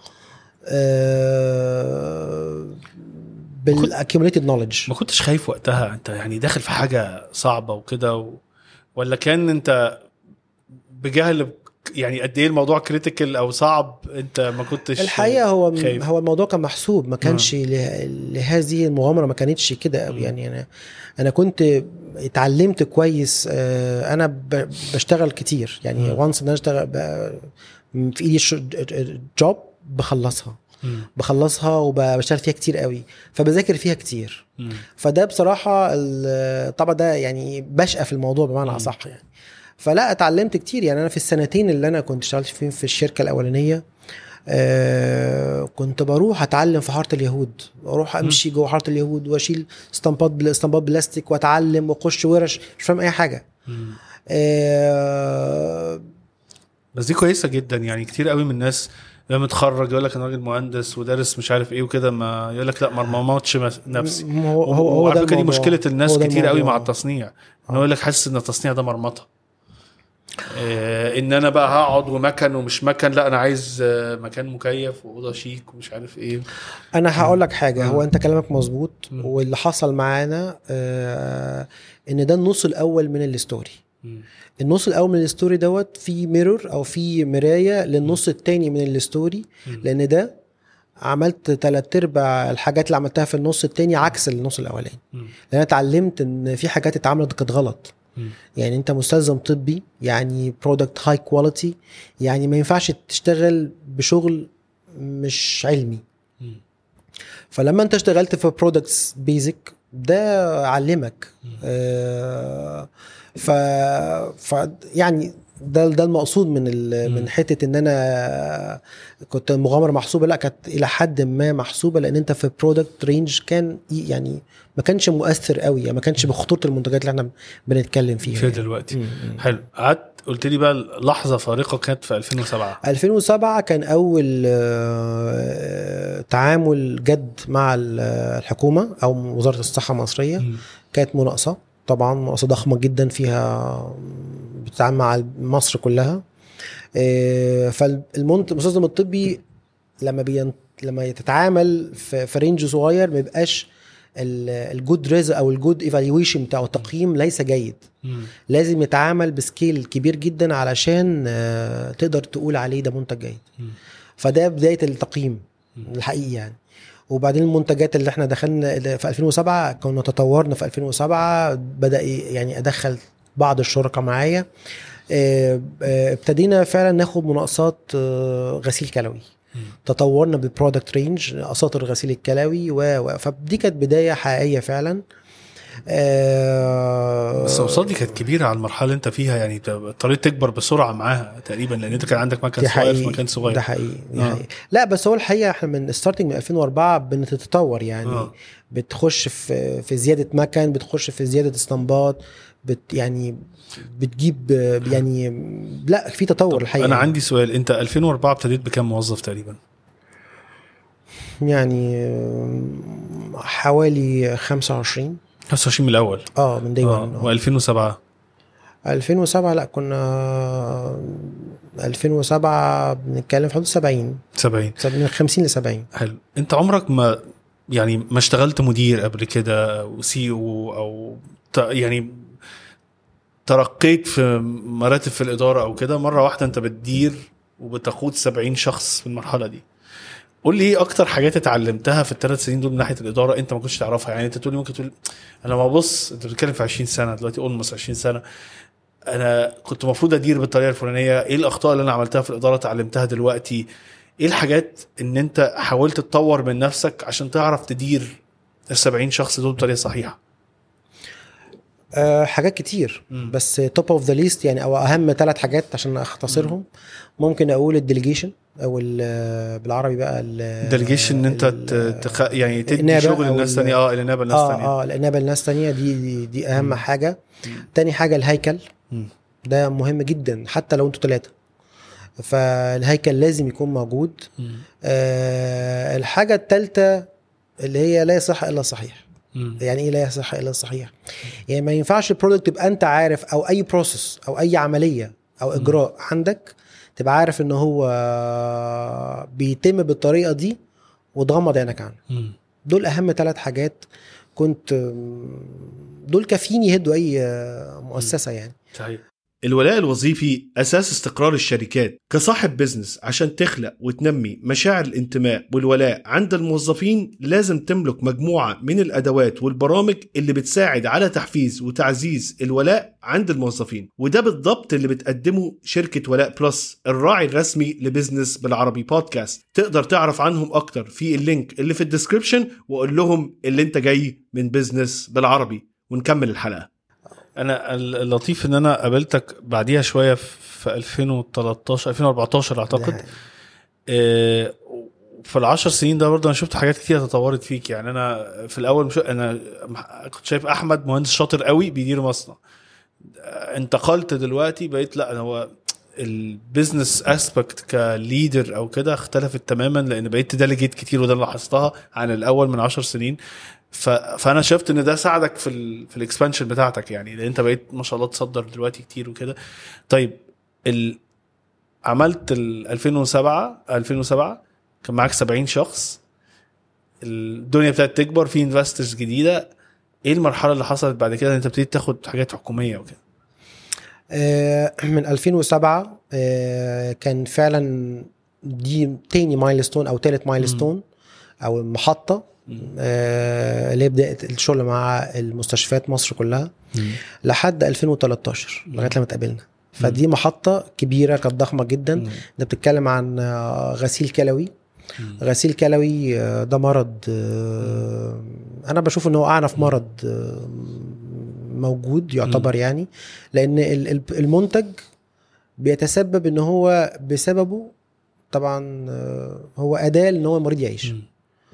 آه بالاكيوميليتد نوليدج. ما كنتش خايف وقتها انت يعني داخل في حاجه صعبه وكده و... ولا كان انت بجهل يعني قد ايه الموضوع كريتيكال او صعب؟ انت ما كنتش الحقيقه هو خايف. هو الموضوع كان محسوب، ما كانش آه. له- لهذه المغامره ما كانتش كده قوي. مم. يعني انا انا كنت اتعلمت كويس. آه، انا ب- بشتغل كتير يعني مم. وانس ان انا اشتغل ب- في ايدي ش- جوب بخلصها مم. بخلصها وبشتغل فيها كتير قوي، فبذاكر فيها كتير. مم. فده بصراحه ال- طبعا ده يعني بشقى في الموضوع بمعنى مم. اصح يعني. فلا اتعلمت كتير يعني. انا في السنتين اللي انا كنت اشتغلت فيهم في الشركه الاولانيه آه كنت بروح اتعلم في حاره اليهود، اروح امشي جوه حاره اليهود واشيل اسطمبات اسطمبات بلاستيك واتعلم واخش ورش مش فاهم اي حاجه. مم. آه بس دي كويسه جدا يعني. كتير قوي من الناس لما متخرج يقول لك انا راجل مهندس ودارس مش عارف ايه وكده، ما يقول لك لا ما مرمطش نفسي. هو هو, هو وعلى ده فكره دي الموضوع. مشكله الناس هو ده كتير قوي الموضوع. مع التصنيع، انه يقول لك حاسس ان التصنيع ده مرمطه. إيه ان انا بقى هقعد ومكن ومش مكن، لا انا عايز آه، مكان مكيف واوضه شيك ومش عارف ايه. انا هقول لك حاجه، مم. هو انت كلامك مظبوط، مم. واللي حصل معانا آه ان ده النص الاول من الستوري. مم. النص الاول من الستوري دوت في ميرور او في مرايه للنص التاني من الستوري، مم. لان ده عملت تلات ارباع الحاجات اللي عملتها في النص التاني عكس النص الاولاني. مم. لان انا اتعلمت ان في حاجات اتعملت كانت غلط. مم. يعني انت مستلزم طبي، يعني برودكت هاي كواليتي، يعني ما ينفعش تشتغل بشغل مش علمي. مم. فلما انت اشتغلت في برودكتس بيزك ده علمك. آه ف ف يعني ده ده المقصود من ال... من حته ان انا كنت مغامره محسوبه، لا كانت الى حد ما محسوبه، لان انت في برودكت رينج كان يعني ما كانش مؤثر قوي، يعني ما كانش بخطوره المنتجات اللي احنا بنتكلم فيها في يعني. دلوقتي مم. حلو. قعدت قلت لي بقى لحظه فارقه كانت في ألفين وسبعة. ألفين وسبعة كان اول آه، تعامل جد مع الحكومه او وزاره الصحه المصريه. مم. كانت مناقصه، طبعا مناقصه ضخمه جدا فيها بتتعامل مع مصر كلها. فالمنظم الطبي لما بين لما تتعامل في, في رينج صغير ما يبقاش الجود ريز او الجود ايفالويشن بتاع التقييم ليس جيد. مم. لازم يتعامل بسكيل كبير جدا علشان تقدر تقول عليه ده منتج جيد. مم. فده بدايه التقييم الحقيقي يعني. وبعدين المنتجات اللي احنا دخلنا في ألفين وسبعة كنا تطورنا في ألفين وسبعة، بدأ يعني ادخل بعض الشركاء معايا. ابتدينا فعلا ناخد مناقصات غسيل كلوي. تطورنا بالبرودكت رينج اساطر الغسيل الكلوي و... فدي كانت بدايه حقيقيه فعلا. أه بس قصادي كانت كبيره على المرحله اللي انت فيها، يعني اضطريت تكبر بسرعه معاها تقريبا، لان انت كان عندك مكان صغير في مكان صغير. ده حقيقي. ده حقيقي. لا بس هو الحقيقه احنا من ستارتنج من ألفين وأربعة بنتطور يعني. آه. بتخش في في زياده مكان، بتخش في زياده اسطمبات، بت يعني بتجيب يعني لا في تطور الحقيقه. انا عندي سؤال، انت ألفين وأربعة ابتديت بكام موظف تقريبا؟ يعني حوالي خمسة وعشرين خمسة وعشرين من الاول. اه من دايما. آه. وألفين وسبعة ألفين وسبعة لا كنا ألفين وسبعة بنتكلم في حدود سبعين سبعين من خمسين ل سبعين. حلو. انت عمرك ما يعني ما اشتغلت مدير قبل كده او سي او او يعني ترقيت في مراتب في الإدارة أو كده؟ مرة واحدة أنت بتدير وبتقود سبعين شخص في المرحلة دي. قول لي إيه أكتر حاجات اتعلمتها في الثلاث سنين دول من ناحية الإدارة أنت ما كنتش تعرفها؟ يعني أنت تقول لي ممكن تقول أنا ما بص أنت بتتكلم في عشرين سنة دلوقتي، أولموس عشرين سنة، أنا كنت مفروض أدير بالطريقة الفلانية. إيه الأخطاء اللي أنا عملتها في الإدارة تعلمتها دلوقتي؟ إيه الحاجات إن أنت حاولت تطور من نفسك عشان تعرف تدير السبعين شخص دول بطريقة صحيحة؟ أه حاجات كتير مم. بس توب اوف ذا ليست يعني او اهم ثلاث حاجات عشان اختصرهم. ممكن اقول الديليجيشن او بالعربي بقى الديليجيشن ان انت تخ... يعني تدي شغل للناس ثانيه. اه الانابه للناس ثانيه. اه اه الانابه للناس ثانيه دي, دي دي اهم مم. حاجه. مم. تاني حاجه الهيكل. مم. ده مهم جدا حتى لو انتوا ثلاثه، فالهيكل لازم يكون موجود. آه الحاجه الثالثه اللي هي لا يصح الا صحيح. مم. يعني ايه لا يصح الا الصحيح؟ يعني ما ينفعش البرودكت تبقى انت عارف او اي بروسيس او اي عمليه او اجراء مم. عندك تبقى عارف ان هو بيتم بالطريقه دي وتغمض عينك عنه. مم. دول اهم ثلاث حاجات كنت دول كافيين يهدوا اي مؤسسه. مم. يعني صحيح. الولاء الوظيفي أساس استقرار الشركات. كصاحب بيزنس عشان تخلق وتنمي مشاعر الانتماء والولاء عند الموظفين لازم تملك مجموعة من الأدوات والبرامج اللي بتساعد على تحفيز وتعزيز الولاء عند الموظفين، وده بالضبط اللي بتقدمه شركة ولاء بلس الراعي الرسمي لبزنس بالعربي بودكاست. تقدر تعرف عنهم أكتر في اللينك اللي في الديسكريبشن، وقول لهم اللي انت جاي من بزنس بالعربي. ونكمل الحلقة. انا اللطيف ان انا قابلتك بعديها شويه في ألفين وتلتاشر ألفين وأربعتاشر اعتقد. إيه في العشر سنين ده برضه انا شفت حاجات كتير تطورت فيك. يعني انا في الاول مش انا كنت شايف احمد مهندس شاطر قوي بيدير مصنع، انتقلت دلوقتي بقيت لا هو البيزنس اسبكت كليدر او كده اختلفت تماما، لان بقيت تديليجيت كتير وده اللي لاحظتها عن الاول من عشر سنين. فانا شفت ان ده ساعدك في ال في الاكسبانشن بتاعتك، يعني لان انت بقيت ما شاء الله تصدر دلوقتي كتير وكده. طيب ال... عملت ال ألفين وسبعة ألفين وسبعة كان معاك سبعين شخص، الدنيا بتاعت تكبر في انفسترز جديده. ايه المرحله اللي حصلت بعد كده انت ابتديت تاخد حاجات حكوميه وكده؟ آه من ألفين وسبعة آه كان فعلا دي تاني مايلستون او تالت مايلستون او محطه آه اللي بدأت الشغل مع المستشفيات مصر كلها. مم. لحد ألفين وتلتاشر لغايه لما اتقابلنا. فدي محطه كبيره كانت ضخمه جدا. ده بتتكلم عن غسيل كلوي. مم. غسيل كلوي ده مرض آه انا بشوف انه اعنف مرض آه موجود يعتبر. مم. يعني لان المنتج بيتسبب ان هو بسببه طبعا آه هو اداه ان هو المريض يعيش. مم.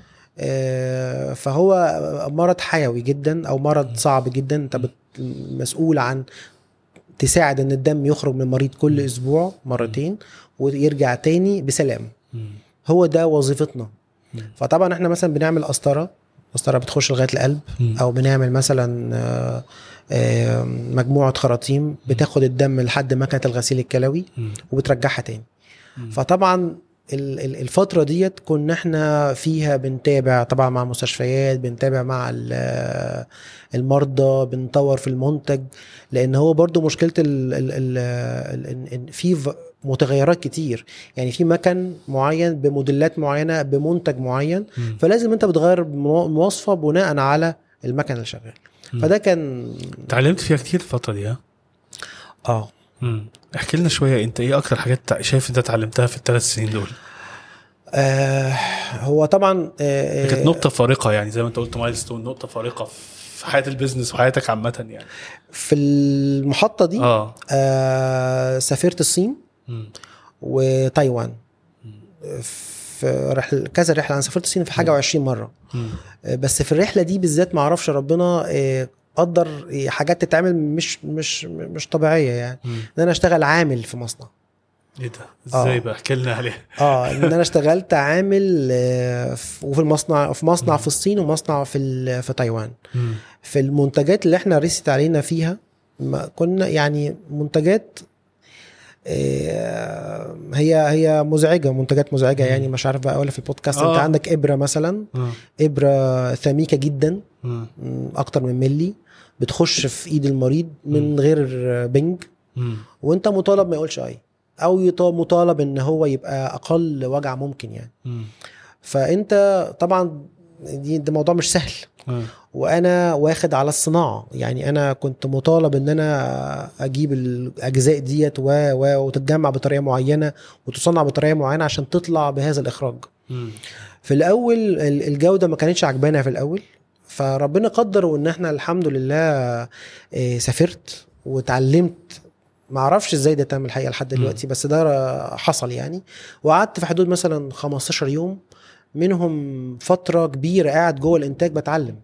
فهو مرض حيوي جدا او مرض صعب جدا. انت مسؤول عن تساعد ان الدم يخرج من المريض كل اسبوع مرتين ويرجع تاني بسلام. هو ده وظيفتنا. فطبعا احنا مثلا بنعمل قسطره قسطره بتخش لغايه القلب، او بنعمل مثلا مجموعه خراطيم بتاخد الدم لحد مكنه الغسيل الكلوي وبترجعها تاني. فطبعا الفترة ديت كنا احنا فيها بنتابع طبعا مع مستشفيات، بنتابع مع المرضى، بنطور في المنتج، لان هو برضو مشكلة ال ال ال في متغيرات كتير. يعني في مكن معين بموديلات معينة بمنتج معين، م. فلازم انت بتغير مواصفة بناء على المكن اللي شغال. فده كان تعلمت فيها كتير الفترة دي. ها اه امم احكي لنا شويه، انت ايه اكتر حاجات شايف انت اتعلمتها في الثلاث سنين دول؟ آه هو طبعا آه كانت نقطه فارقه، يعني زي ما انت قلت مايلستون، نقطه فارقه في حياه البيزنس وحياتك عامه. يعني في المحطه دي اه, آه سافرت الصين م. وتايوان. م. في رحله كذا رحله، انا سافرت الصين في حاجه وعشرين مره. م. بس في الرحله دي بالذات ما اعرفش ربنا آه قدر حاجات تتعمل مش مش مش طبيعيه. يعني م. ان انا اشتغل عامل في مصنع. ايه ده ازاي؟ آه. بقى احكي لنا عليه. اه ان انا اشتغلت عامل آه وفي المصنع في مصنع م. في الصين ومصنع في في تايوان. م. في المنتجات اللي احنا ريست علينا فيها ما كنا يعني منتجات آه هي هي مزعجه، منتجات مزعجه. م. يعني مش عارف بقى اقولها في البودكاست. آه. انت عندك ابره مثلا، آه. ابره ثميكه جدا، م. اكتر من ملي، بتخش في ايد المريض من غير بنج، مم. وانت مطالب ما يقولش اي، او مطالب ان هو يبقى اقل وجع ممكن. يعني مم. فانت طبعا دي ده موضوع مش سهل. مم. وانا واخد على الصناعه، يعني انا كنت مطالب ان انا اجيب الاجزاء ديت وتتجمع بطريقه معينه وتصنع بطريقه معينه عشان تطلع بهذا الاخراج. مم. في الاول الجوده ما كانتش عجبانه في الاول، فربنا قدر وان احنا الحمد لله آه، سافرت وتعلمت. ما اعرفش ازاي ده تم الحقيقه لحد دلوقتي، بس ده حصل يعني. وقعدت في حدود مثلا خمستاشر يوم، منهم فتره كبيره قاعد جوه الانتاج بتعلم،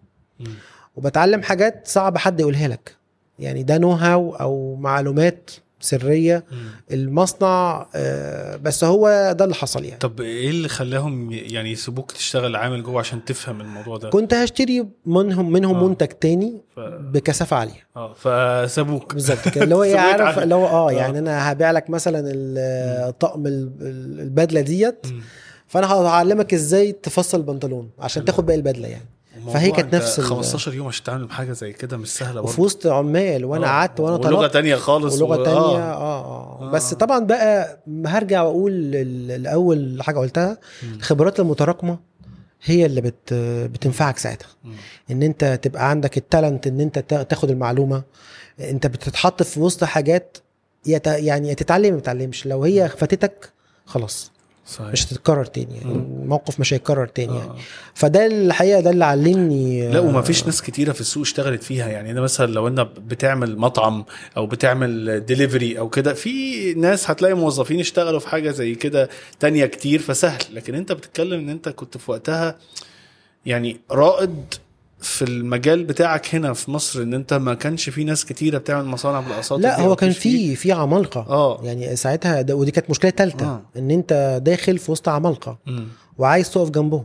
وبتعلم حاجات صعب حد يقولها لك، يعني ده نو هاو او معلومات سريه المصنع، بس هو ده اللي حصل يعني. طب ايه اللي خلاهم يعني يسيبوك تشتغل عامل جوه عشان تفهم الموضوع ده؟ كنت هشتري منهم منهم آه. منتج تاني ف... بكثافه عاليه. اه فسابوك بالظبط كده، اللي هو ايه عارف اللي هو اه آه. يعني انا هبيع لك مثلا الطقم البدله ديت، مم. فانا هعلمك ازاي تفصل البنطلون عشان تاخد باقي البدله يعني. فهي كانت نفس خمستاشر يوم عشان تعمل حاجه زي كده مش سهله برضه، وفي وسط عمال وانا قعدت آه. وانا ولغه طلبت تانية خالص ولغه و... تانية آه. آه. آه. آه. بس طبعا بقى هرجع واقول الاول حاجه قلتها، الخبرات المتراكمه هي اللي بت بتنفعك ساعتها. مم. ان انت تبقى عندك التالنت ان انت تاخد المعلومه، انت بتتحط في وسط حاجات يت... يعني تتعلم ما تتعلمش، لو هي فاتتك خلاص صحيح. مش هتتكرر تاني يعني. الموقف مش هيتكرر تاني آه. يعني. فده الحقيقه ده اللي علمني. لا وما فيش ناس كتيره في السوق اشتغلت فيها يعني. انا مثلا لو انا بتعمل مطعم او بتعمل ديليفري او كده، في ناس هتلاقي موظفين اشتغلوا في حاجه زي كده تانية كتير فسهل، لكن انت بتتكلم ان انت كنت في وقتها يعني رائد في المجال بتاعك هنا في مصر، ان انت ما كانش في ناس كتيره بتعمل مصانع بالاساطير. لا هو كان في في عمالقه اه يعني ساعتها، ودي كانت مشكله ثالثه آه. ان انت داخل في وسط عمالقه وعايز تقف جنبهم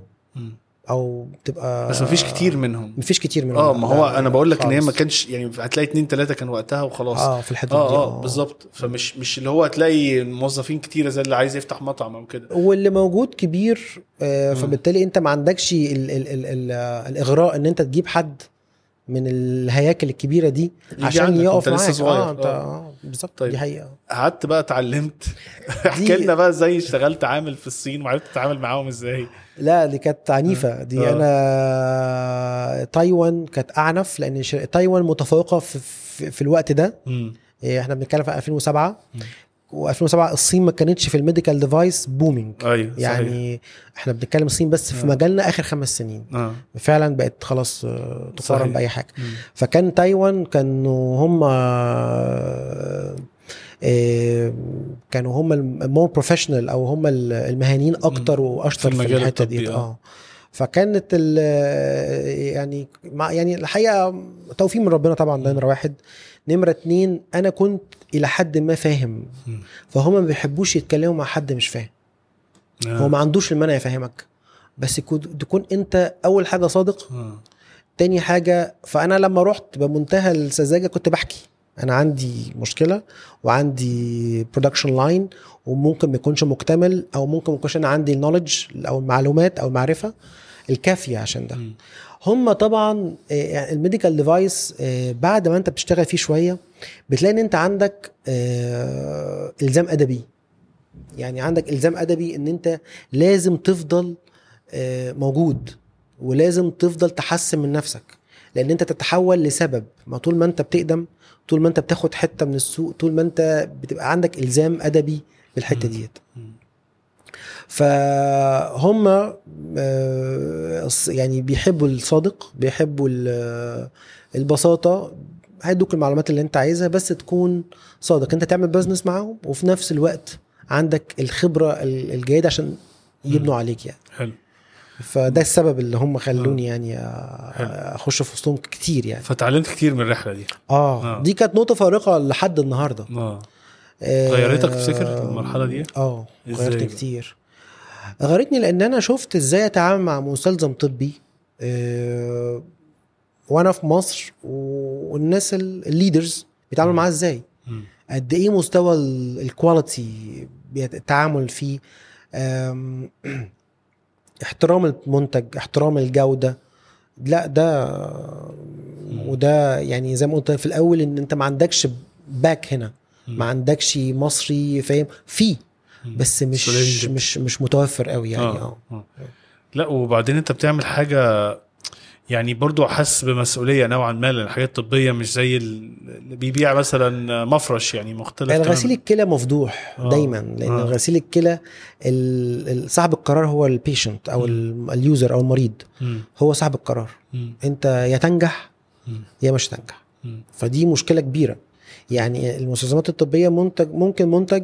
او تبقى، بس مفيش كتير منهم مفيش كتير منهم اه ما هو لا انا بقول لك ان هي ما خالص. كانش يعني هتلاقي اتنين تلاتة كان وقتها وخلاص اه في الحته اه دي اه بالظبط. فمش مش اللي هو هتلاقي موظفين كتيره زي اللي عايز يفتح مطعم او كده، واللي موجود كبير آه فبالتالي انت ما عندكش ال ال ال ال الاغراء ان انت تجيب حد من الهياكل الكبيره دي عشان يقف معاك. اه انت اه بالظبط. طيب. دي حقيقه. قعدت بقى اتعلمت احكي لنا بقى ازاي اشتغلت عامل في الصين وعرفت تتعامل معاهم ازاي؟ لا دي كانت عنيفه دي. آه. انا تايوان كانت اعنف لان تايوان متفوقه في, في, في الوقت ده. م. احنا بنتكلم في ألفين وسبعة، و2007 الصين ما كانتش في الميديكال ديفايس بومينج. أيوة يعني صحيح. احنا بنتكلم الصين بس في آه. مجالنا اخر خمس سنين آه. فعلا بقت خلاص تقارن باي حاجه. م. فكان تايوان كانوا هم كانوا هم المور بروفيشنال او هم المهنيين اكتر واشطر في, في الحته دي. اه فكانت ال يعني مع يعني الحقيقه توفيق من ربنا طبعا. ده نمره واحد. نمره اتنين انا كنت الى حد ما فاهم، فهم ما بيحبوش يتكلموا مع حد مش فاهم. آه. هو ما عندوش المانع يفهمك، بس تكون انت اول حاجه صادق. آه. تاني حاجه فانا لما رحت بمنتهى السذاجه كنت بحكي انا عندي مشكله وعندي برودكشن لاين وممكن ما يكونش مكتمل او ممكن ما يكونش انا عندي النوليدج او المعلومات او المعرفه الكافيه عشان ده. م. هم طبعا يعني الميديكال ديفايس بعد ما انت بتشتغل فيه شويه بتلاقي ان انت عندك الزام ادبي. يعني عندك الزام ادبي ان انت لازم تفضل موجود ولازم تفضل تحسن من نفسك، لان انت تتحول لسبب. ما طول ما انت بتقدم، طول ما انت بتاخد حته من السوق، طول ما انت بتبقى عندك الزام ادبي بالحته ديت. فهم يعني بيحبوا الصادق، بيحبوا البساطه، هيدوك المعلومات اللي انت عايزها بس تكون صادق. انت تعمل بزنس معاهم وفي نفس الوقت عندك الخبره الجيده عشان يبنوا عليك يعني. حلو. فده السبب اللي هم خلوني يعني اخش في وسطهم كتير يعني. فتعلمت كتير من الرحله دي. اه, آه. دي كانت نقطه فارقه لحد النهارده. اه غيرتك تفتكر المرحله دي؟ اه غيرتني كتير. غيرتني لان انا شفت ازاي اتعامل مع مستلزم طبي آه وانا في مصر، والناس الليدرز بيتعاملوا معاه ازاي، قد ايه مستوى الكواليتي التعامل فيه، احترام المنتج، احترام الجودة. لا ده وده يعني زي ما قلت في الاول ان انت ما عندكش باك هنا، ما عندكش مصري فاهم فيه، بس مش مش مش متوفر قوي يعني. اه, آه. لا وبعدين انت بتعمل حاجة يعني برضو حس بمسؤوليه نوعا ما، لان الحاجات الطبيه مش زي اللي بيبيع مثلا مفرش، يعني مختلف. الغسيل الكلى مفضوح آه. دايما، لان آه. غسيل الكلى صاحب القرار هو البيشنت او اليوزر او المريض، م. هو صاحب القرار. م. انت يا تنجح م. يا مش تنجح. م. فدي مشكله كبيره. يعني المستلزمات الطبيه منتج ممكن منتج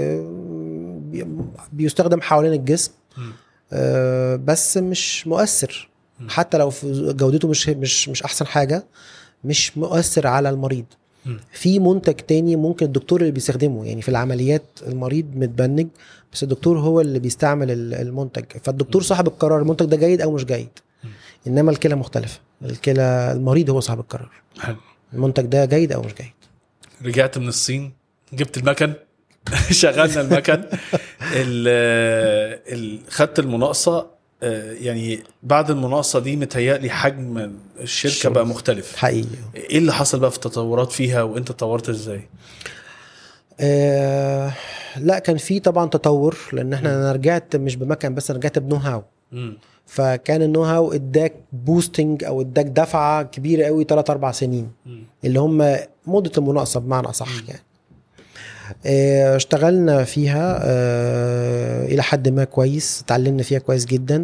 بيستخدم حوالين الجسم بس مش مؤثر، حتى لو جودته مش مش مش احسن حاجه، مش مؤثر على المريض. في منتج تاني ممكن الدكتور اللي بيستخدمه، يعني في العمليات المريض متبنج بس الدكتور هو اللي بيستعمل المنتج، فالدكتور صاحب القرار المنتج ده جيد او مش جيد. انما الكلى مختلفه، الكلى المريض هو صاحب القرار. المنتج ده جيد او مش جيد. رجعت من الصين، جبت المكن شغلنا المكن، خدت المناقصه، يعني بعد المناقصه دي متهيألي حجم الشركه بقى مختلف حقيقي. ايه اللي حصل بقى في التطورات فيها وانت تطورت ازاي؟ آه لا كان في طبعا تطور، لان احنا انا رجعت مش بمكن بس، انا رجعت بنو هاو. م. فكان النو هاو اداك بوستنج او اداك دفعه كبيره قوي ثلاثة أربعة سنين، م. اللي هم مده المناقصه بمعنى اصح. م. يعني اه اشتغلنا فيها اه الى حد ما كويس، اتعلمنا فيها كويس جدا.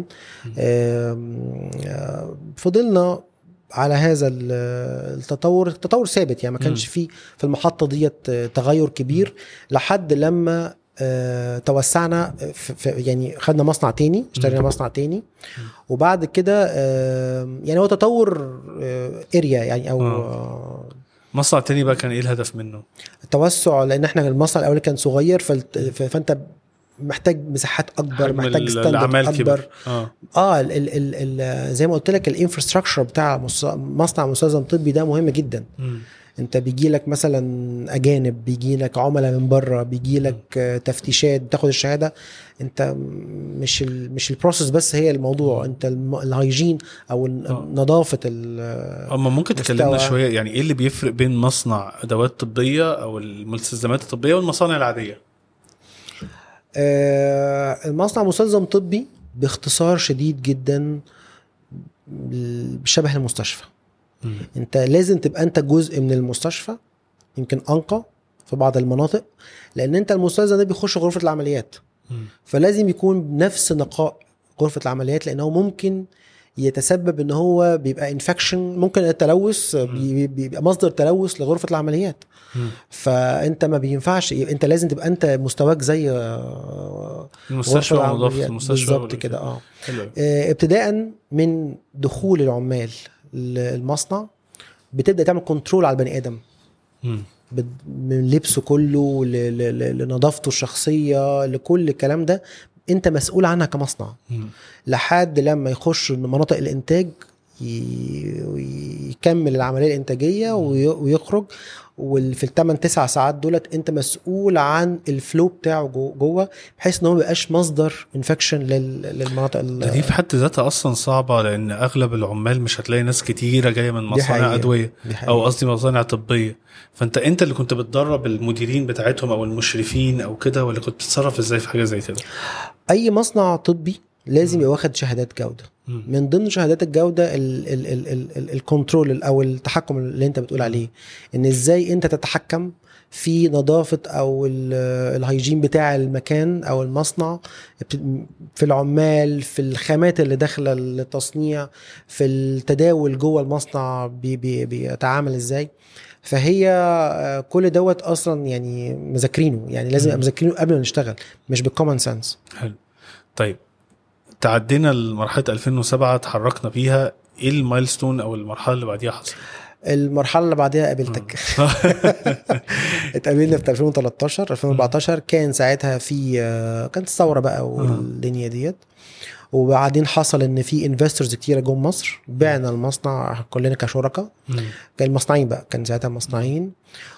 اه فضلنا على هذا التطور، التطور ثابت، يعني ما كانش فيه في المحطة ديت تغير كبير لحد لما اه توسعنا في، يعني خدنا مصنع تاني، اشترينا مصنع تاني، وبعد كده اه يعني هو تطور اريا يعني او آه. مصنع تاني بقى كان ايه الهدف منه؟ التوسع، لان احنا المصنع الاول كان صغير، فانت محتاج مساحات اكبر، محتاج ستاندرد اكبر. اه, آه ال ال ال زي ما قلت لك الانفراستراكشر بتاع مصنع مستلزم طبي ده مهم جدا. م. انت بيجي لك مثلا اجانب، بيجي لك عملاء من بره، بيجي لك تفتيشات، بتاخد الشهاده. انت مش ال مش البروسيس بس هي الموضوع، م. انت الهايجين او آه. نظافه. اما ممكن تكلمنا شويه يعني ايه اللي بيفرق بين مصنع ادوات طبيه او المستلزمات الطبيه والمصانع العاديه؟ آه المصنع مستلزم طبي باختصار شديد جدا بشبه المستشفى. م. انت لازم تبقى انت جزء من المستشفى، يمكن انقى في بعض المناطق، لان انت المستلزم ده بيخش غرفة العمليات. م. فلازم يكون بنفس نقاء غرفة العمليات، لانه ممكن يتسبب ان هو بيبقى انفكشن، ممكن التلوث بيبقى مصدر تلوث لغرفة العمليات. م. فانت ما بينفعش، انت لازم تبقى انت مستواك زي المستشفى ونظافة المستشفى بالظبط كده. اه ابتداء من دخول العمال المصنع بتبدأ تعمل كنترول على البني ادم، م. من لبسه كله لنظافته الشخصية، لكل الكلام ده انت مسؤول عنها كمصنع. م. لحد لما يخش مناطق الانتاج يكمل العملية الانتاجية ويخرج، وفي الثمان تسع ساعات دولت انت مسؤول عن الفلو بتاعه جوه، بحيث ان هو ما يبقاش مصدر انفكشن للمناطق. دي في حد ذاتها اصلا صعبه، لان اغلب العمال مش هتلاقي ناس كتيره جايه من مصانع ادويه او قصدي مصانع طبيه، فانت انت اللي كنت بتدرب المديرين بتاعتهم او المشرفين او كده، ولا كنت بتتصرف ازاي في حاجه زي كده؟ اي مصنع طبي لازم يبقى واخد شهادات جوده. م. من ضمن شهادات الجوده الكنترول او التحكم اللي انت بتقول عليه، ان ازاي انت تتحكم في نظافه او الهايجين بتاع المكان او المصنع، في العمال، في الخامات اللي داخله للتصنيع، في التداول جوه المصنع بي بي بيتعامل ازاي. فهي كل دوت اصلا يعني مذاكرينه، يعني لازم مذاكرينه قبل ما نشتغل، مش بالكومن سنس. حلو. طيب تعدينا لمرحله ألفين وسبعة، تحركنا فيها، ايه المايلستون او المرحله اللي بعديها حصل؟ المرحله اللي بعديها قابلتك. اتقابلنا في ألفين وتلتاشر ألفين وأربعتاشر، كان ساعتها في كانت الثوره بقى والدنيا ديت، وبعدين حصل ان في انفسترز كتيره جم مصر، بعنا المصنع كلنا كشركاء، كان المصنعين بقى كان ساعتها مصنعين،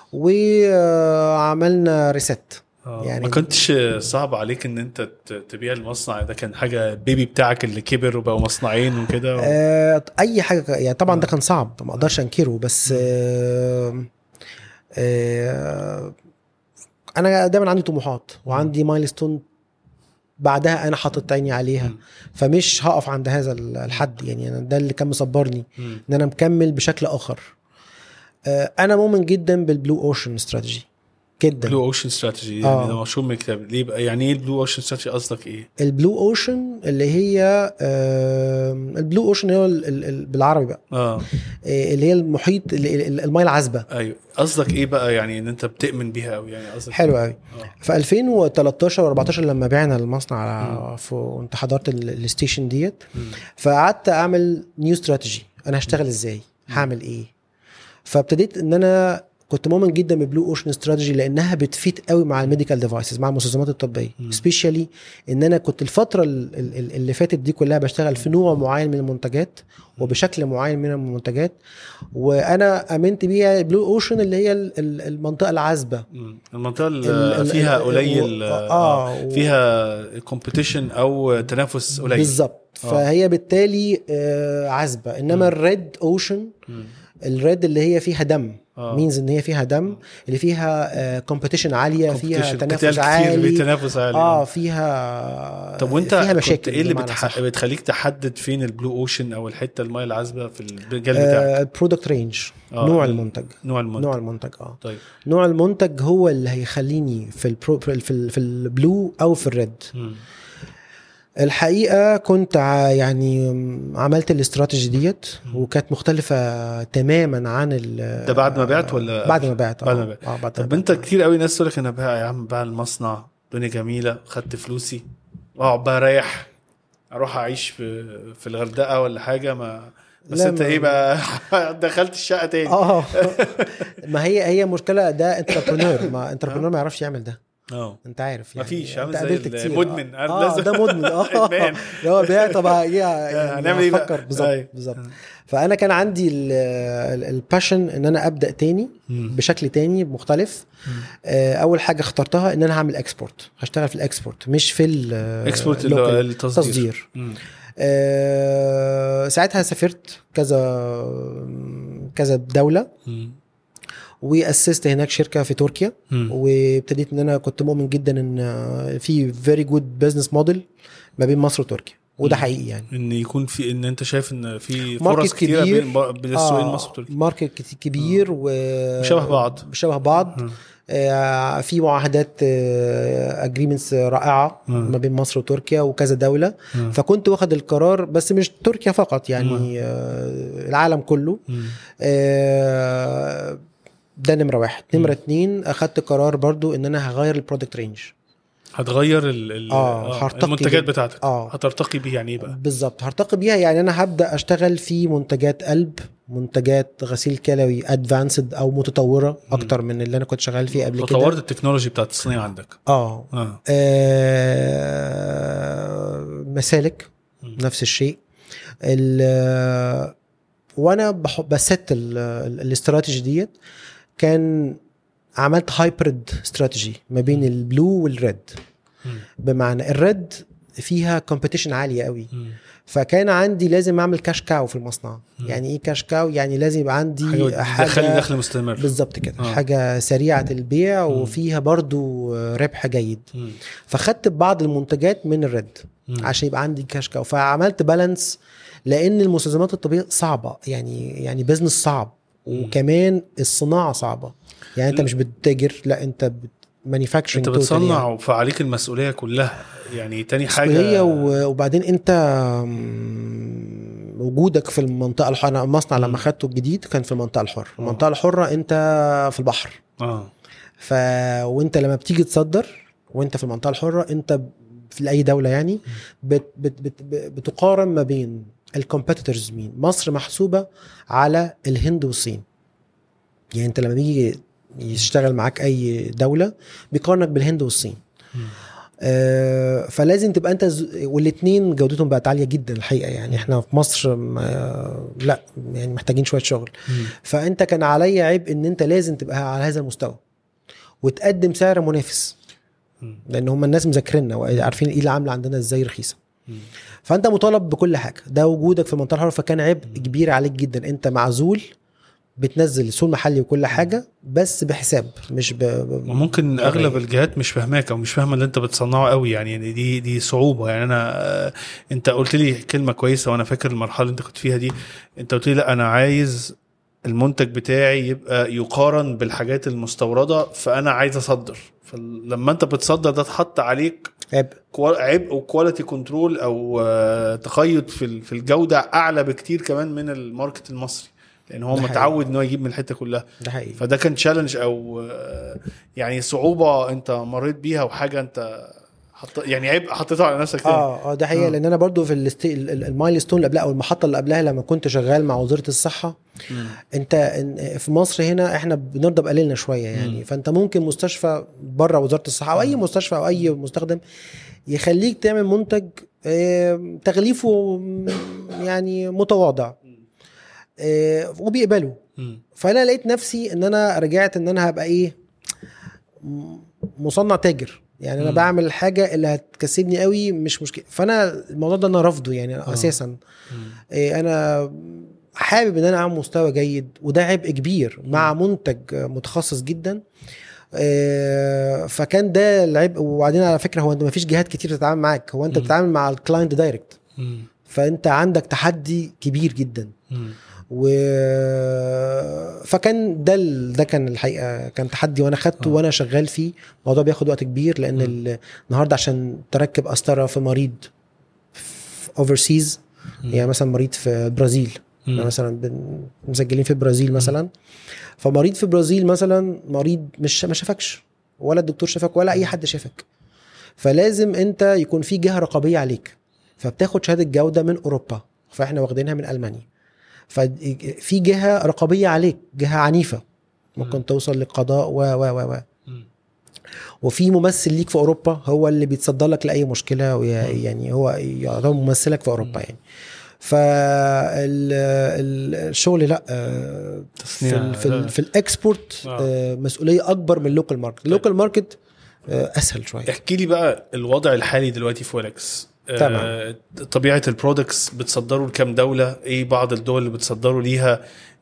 وعملنا ريست. يعني ما كنتش صعب عليك ان انت تبيع المصنع ده؟ كان حاجه بيبي بتاعك اللي كبر وبقوا مصنعين وكده و... آه اي حاجه يعني طبعا ده كان صعب، ما اقدرش انكره، بس آه آه انا دايما عندي طموحات وعندي مايلستون بعدها انا حاطط عيني عليها. فمش هقف عند هذا الحد يعني. أنا ده اللي كان مصبرني ان انا مكمل بشكل اخر. انا مؤمن جدا بالبلو اوشن استراتيجي جدا. بلو اوشن استراتيجي يعني آه. ده مشهور من الكتاب. ليه بقى يعني ايه البلو اوشن استراتيجي؟ قصدك ايه البلو اوشن؟ اللي هي آه البلو اوشن هو ال ال بالعربي بقى اه اللي هي المحيط، المياه العذبه. ايوه. قصدك ايه بقى يعني ان انت بتؤمن بيها قوي يعني؟ قصدك حلو قوي. آه. في ألفين وتلتاشر وأربعتاشر لما بعنا المصنع في وانت حضرت الستيشن ديت، فقعدت اعمل نيو استراتيجي. انا هشتغل ازاي؟ هعمل ايه؟ فابتديت ان انا كنت مؤمن جدا ببلو اوشن استراتيجي لانها بتفيت قوي مع الميديكال ديفايسز، مع المستلزمات الطبيه سبيشالي. ان انا كنت الفتره اللي فاتت دي كلها بشتغل في نوع معين من المنتجات وبشكل معين من المنتجات، وانا امنت بيها بلو اوشن اللي هي المنطقه العذبه، المنطقه اللي فيها قليل آه فيها كومبيتيشن او تنافس قليل بالظبط. آه. فهي بالتالي آه عذبه. انما الريد اوشن، الريد اللي هي فيها دم، مينز ان هي فيها دم، اللي فيها كومبيتيشن عاليه، فيها تنافس عالي، تنافس عالي اه فيها. طب وانت فيها مشاكل. ايه اللي بتح... بتخليك تحدد فين البلو اوشن او الحته الماء العذبه في المجال آه بتاعك؟ البرودكت رينج، نوع المنتج. نوع المنتج نوع المنتج اه طيب. نوع المنتج هو اللي هيخليني في البرو... في ال... في البلو او في الريد. م. الحقيقة كنت يعني عملت الاستراتيجي ديت وكانت مختلفة تماما عن ده بعد ما بعت ولا بعد ما بعت؟ بعد ما بعت. آه بعد طب انت كتير قوي ناس تقولك انا بقى يا عم بقى المصنع دنيا جميلة، خدت فلوسي واقعد بقى رايح اروح اعيش في في الغردقة ولا حاجة. ما بس انت ايه بقى دخلت الشقة تاني؟ اه ما هي هي مشكلة. ده انتربرنور، ما انتربرنور ما يعرفش يعمل ده. اه انت عارف يعني مفيش عامل زي المدمن. اه ده مدمن. اه هو بيع. طب يعني هنعمل ايه بقى؟ بالظبط بالظبط. فانا كان عندي الباشن ان انا ابدا تاني بشكل تاني مختلف. اول حاجه اخترتها ان انا هعمل اكسبورت، هشتغل في الاكسبورت مش في الاكسبورت التصدير. أه ساعتها سافرت كذا كذا دوله واسست هناك شركه في تركيا. م. وابتديت ان انا كنت مؤمن جدا ان في فيري جود بزنس موديل ما بين مصر وتركيا، وده م. حقيقي يعني ان يكون في ان انت شايف ان في فرص كتيره بين بين السوقين آه مصر وتركيا. ماركت كبير وشبه بعض شبه بعض. آه في معاهدات اجريمنتس آه رائعه م. ما بين مصر وتركيا وكذا دوله. م. فكنت واخد القرار، بس مش تركيا فقط يعني آه العالم كله. آه ده نمرة واحد. نمرة اتنين اخدت قرار برضو ان انا هغير البرودكت رينج. هتغير ال آه آه المنتجات بتاعتك. آه هترتقي بيها يعني ايه بقى؟ بالظبط هرتقي بيها. يعني انا هبدأ اشتغل في منتجات قلب، منتجات غسيل كلوي ادفانسد او متطورة اكتر من اللي انا كنت شغال فيه قبل كده. تطورت التكنولوجي بتاعت التصنيع عندك. آه. آه. آه مسالك م. نفس الشيء. وانا بسيت الاستراتيجي ديت كان عملت هايبرد استراتيجي ما بين البلو والريد. بمعنى الريد فيها كومبيتيشن عالية قوي، فكان عندي لازم اعمل كاش كاو في المصنع. يعني ايه كاش كاو؟ يعني لازم يبقى عندي حاجة دخل مستمر. بالظبط كده. آه. حاجة سريعة البيع وفيها برضو ربح جيد. م. فخدت بعض المنتجات من الريد عشان يبقى عندي كاش كاو. فعملت بالانس، لان المستلزمات الطبية صعبة يعني يعني بيزنس صعب، وكمان الصناعة صعبة. يعني انت مش بتتاجر، لا انت مانيفاكتشرنج، انت بتصنع يعني. وفعليك المسؤولية كلها يعني. تاني حاجة وبعدين انت وجودك في المنطقة الحرة. انا المصنع لما خدته الجديد كان في المنطقة الحرة. المنطقة الحرة انت في البحر. اه ف وانت لما بتيجي تصدر وانت في المنطقة الحرة، انت في اي دولة يعني بت بت بت بتقارن ما بين الكومبيتيتورز. مين؟ مصر محسوبة على الهند والصين. يعني انت لما بيجي يشتغل معاك اي دولة بيقارنك بالهند والصين. آه فلازم تبقى انت ز... والاثنين جودتهم بقت عالية جدا الحقيقة. يعني احنا في مصر ما... لا يعني محتاجين شوية شغل. م. فانت كان عليا عيب ان انت لازم تبقى على هذا المستوى وتقدم سعر منافس، لان هم الناس مذاكريننا وعارفين ايه اللي عامله عندنا ازاي رخيصة. م. فانت مطالب بكل حاجة. ده وجودك في المنطقة الحرة، فكان عيب كبير عليك جدا. انت معزول بتنزل سوق محلي وكل حاجه بس بحساب مش ب... ممكن اغلب الجهات مش فاهماك او مش فاهمه اللي انت بتصنعه قوي يعني دي دي صعوبه يعني انا انت قلت لي كلمه كويسه وانا فاكر المرحله اللي انت كنت فيها دي انت قلت لي لا انا عايز المنتج بتاعي يبقى يقارن بالحاجات المستورده فانا عايز اصدر فلما انت بتصدر ده تحط عليك عبء عبء وكواليتي كنترول او تقيد في في الجوده اعلى بكتير كمان من الماركت المصري لان هو متعود انه يجيب من الحته كلها. ده حقيقي. فده كان تشالنج او يعني صعوبه انت مريت بيها وحاجه انت حط يعني عيب حطيتها على نفسك تاني. اه اه ده حقيقه. لان انا برضو في الستي... المايلستون اللي قبلها او المحطه اللي قبلها لما كنت شغال مع وزاره الصحه م. انت في مصر هنا احنا بنرضى بقليلنا شويه يعني م. فانت ممكن مستشفى بره وزاره الصحه او اي مستشفى او اي مستخدم يخليك تعمل منتج اه تغليفه يعني متواضع اه وبيقبلوا. فانا لقيت نفسي ان انا رجعت ان انا هبقى ايه مصنع تاجر يعني انا م. بعمل الحاجه اللي هتكسبني قوي مش مشكله. فانا الموضوع ده انا رافضه يعني أوه. اساسا إيه انا حابب ان انا اعمل مستوى جيد وده عبء كبير م. مع منتج متخصص جدا إيه فكان ده العبء. وبعدين على فكره هو انت ما فيش جهات كتير تتعامل معاك هو انت م. بتتعامل مع الكلاينت دايركت فانت عندك تحدي كبير جدا م. و فكان ده ده كان الحقيقه كان تحدي وانا خدته وانا شغال فيه. الموضوع بياخد وقت كبير لان النهارده عشان تركب قسطره في مريض في اوفرسيز يعني مثلا مريض في البرازيل مثلا مسجلين في البرازيل مثلا فمريض في البرازيل مثلا مريض مش ما شافكش ولا الدكتور شافك ولا اي حد شافك فلازم انت يكون في جهه رقابيه عليك فبتاخد شهاده جوده من اوروبا فاحنا واخدينها من المانيا ففي جهة رقابية عليك جهة عنيفة ممكن توصل للقضاء و و و و وفي ممثل ليك في أوروبا هو اللي بيتصدر لك لأي مشكلة يعني هو يعتبر ممثلك في أوروبا يعني فالشغل لا في ال في, ال في الإكسبورت مسؤولية أكبر من اللوكال ماركت. اللوكال ماركت أسهل شوية. احكي لي بقى الوضع الحالي دلوقتي في ويلكس. آه، طبيعة البرودكتس بتصدروا لكم دولة ايه بعض الدول اللي بتصدروا ليها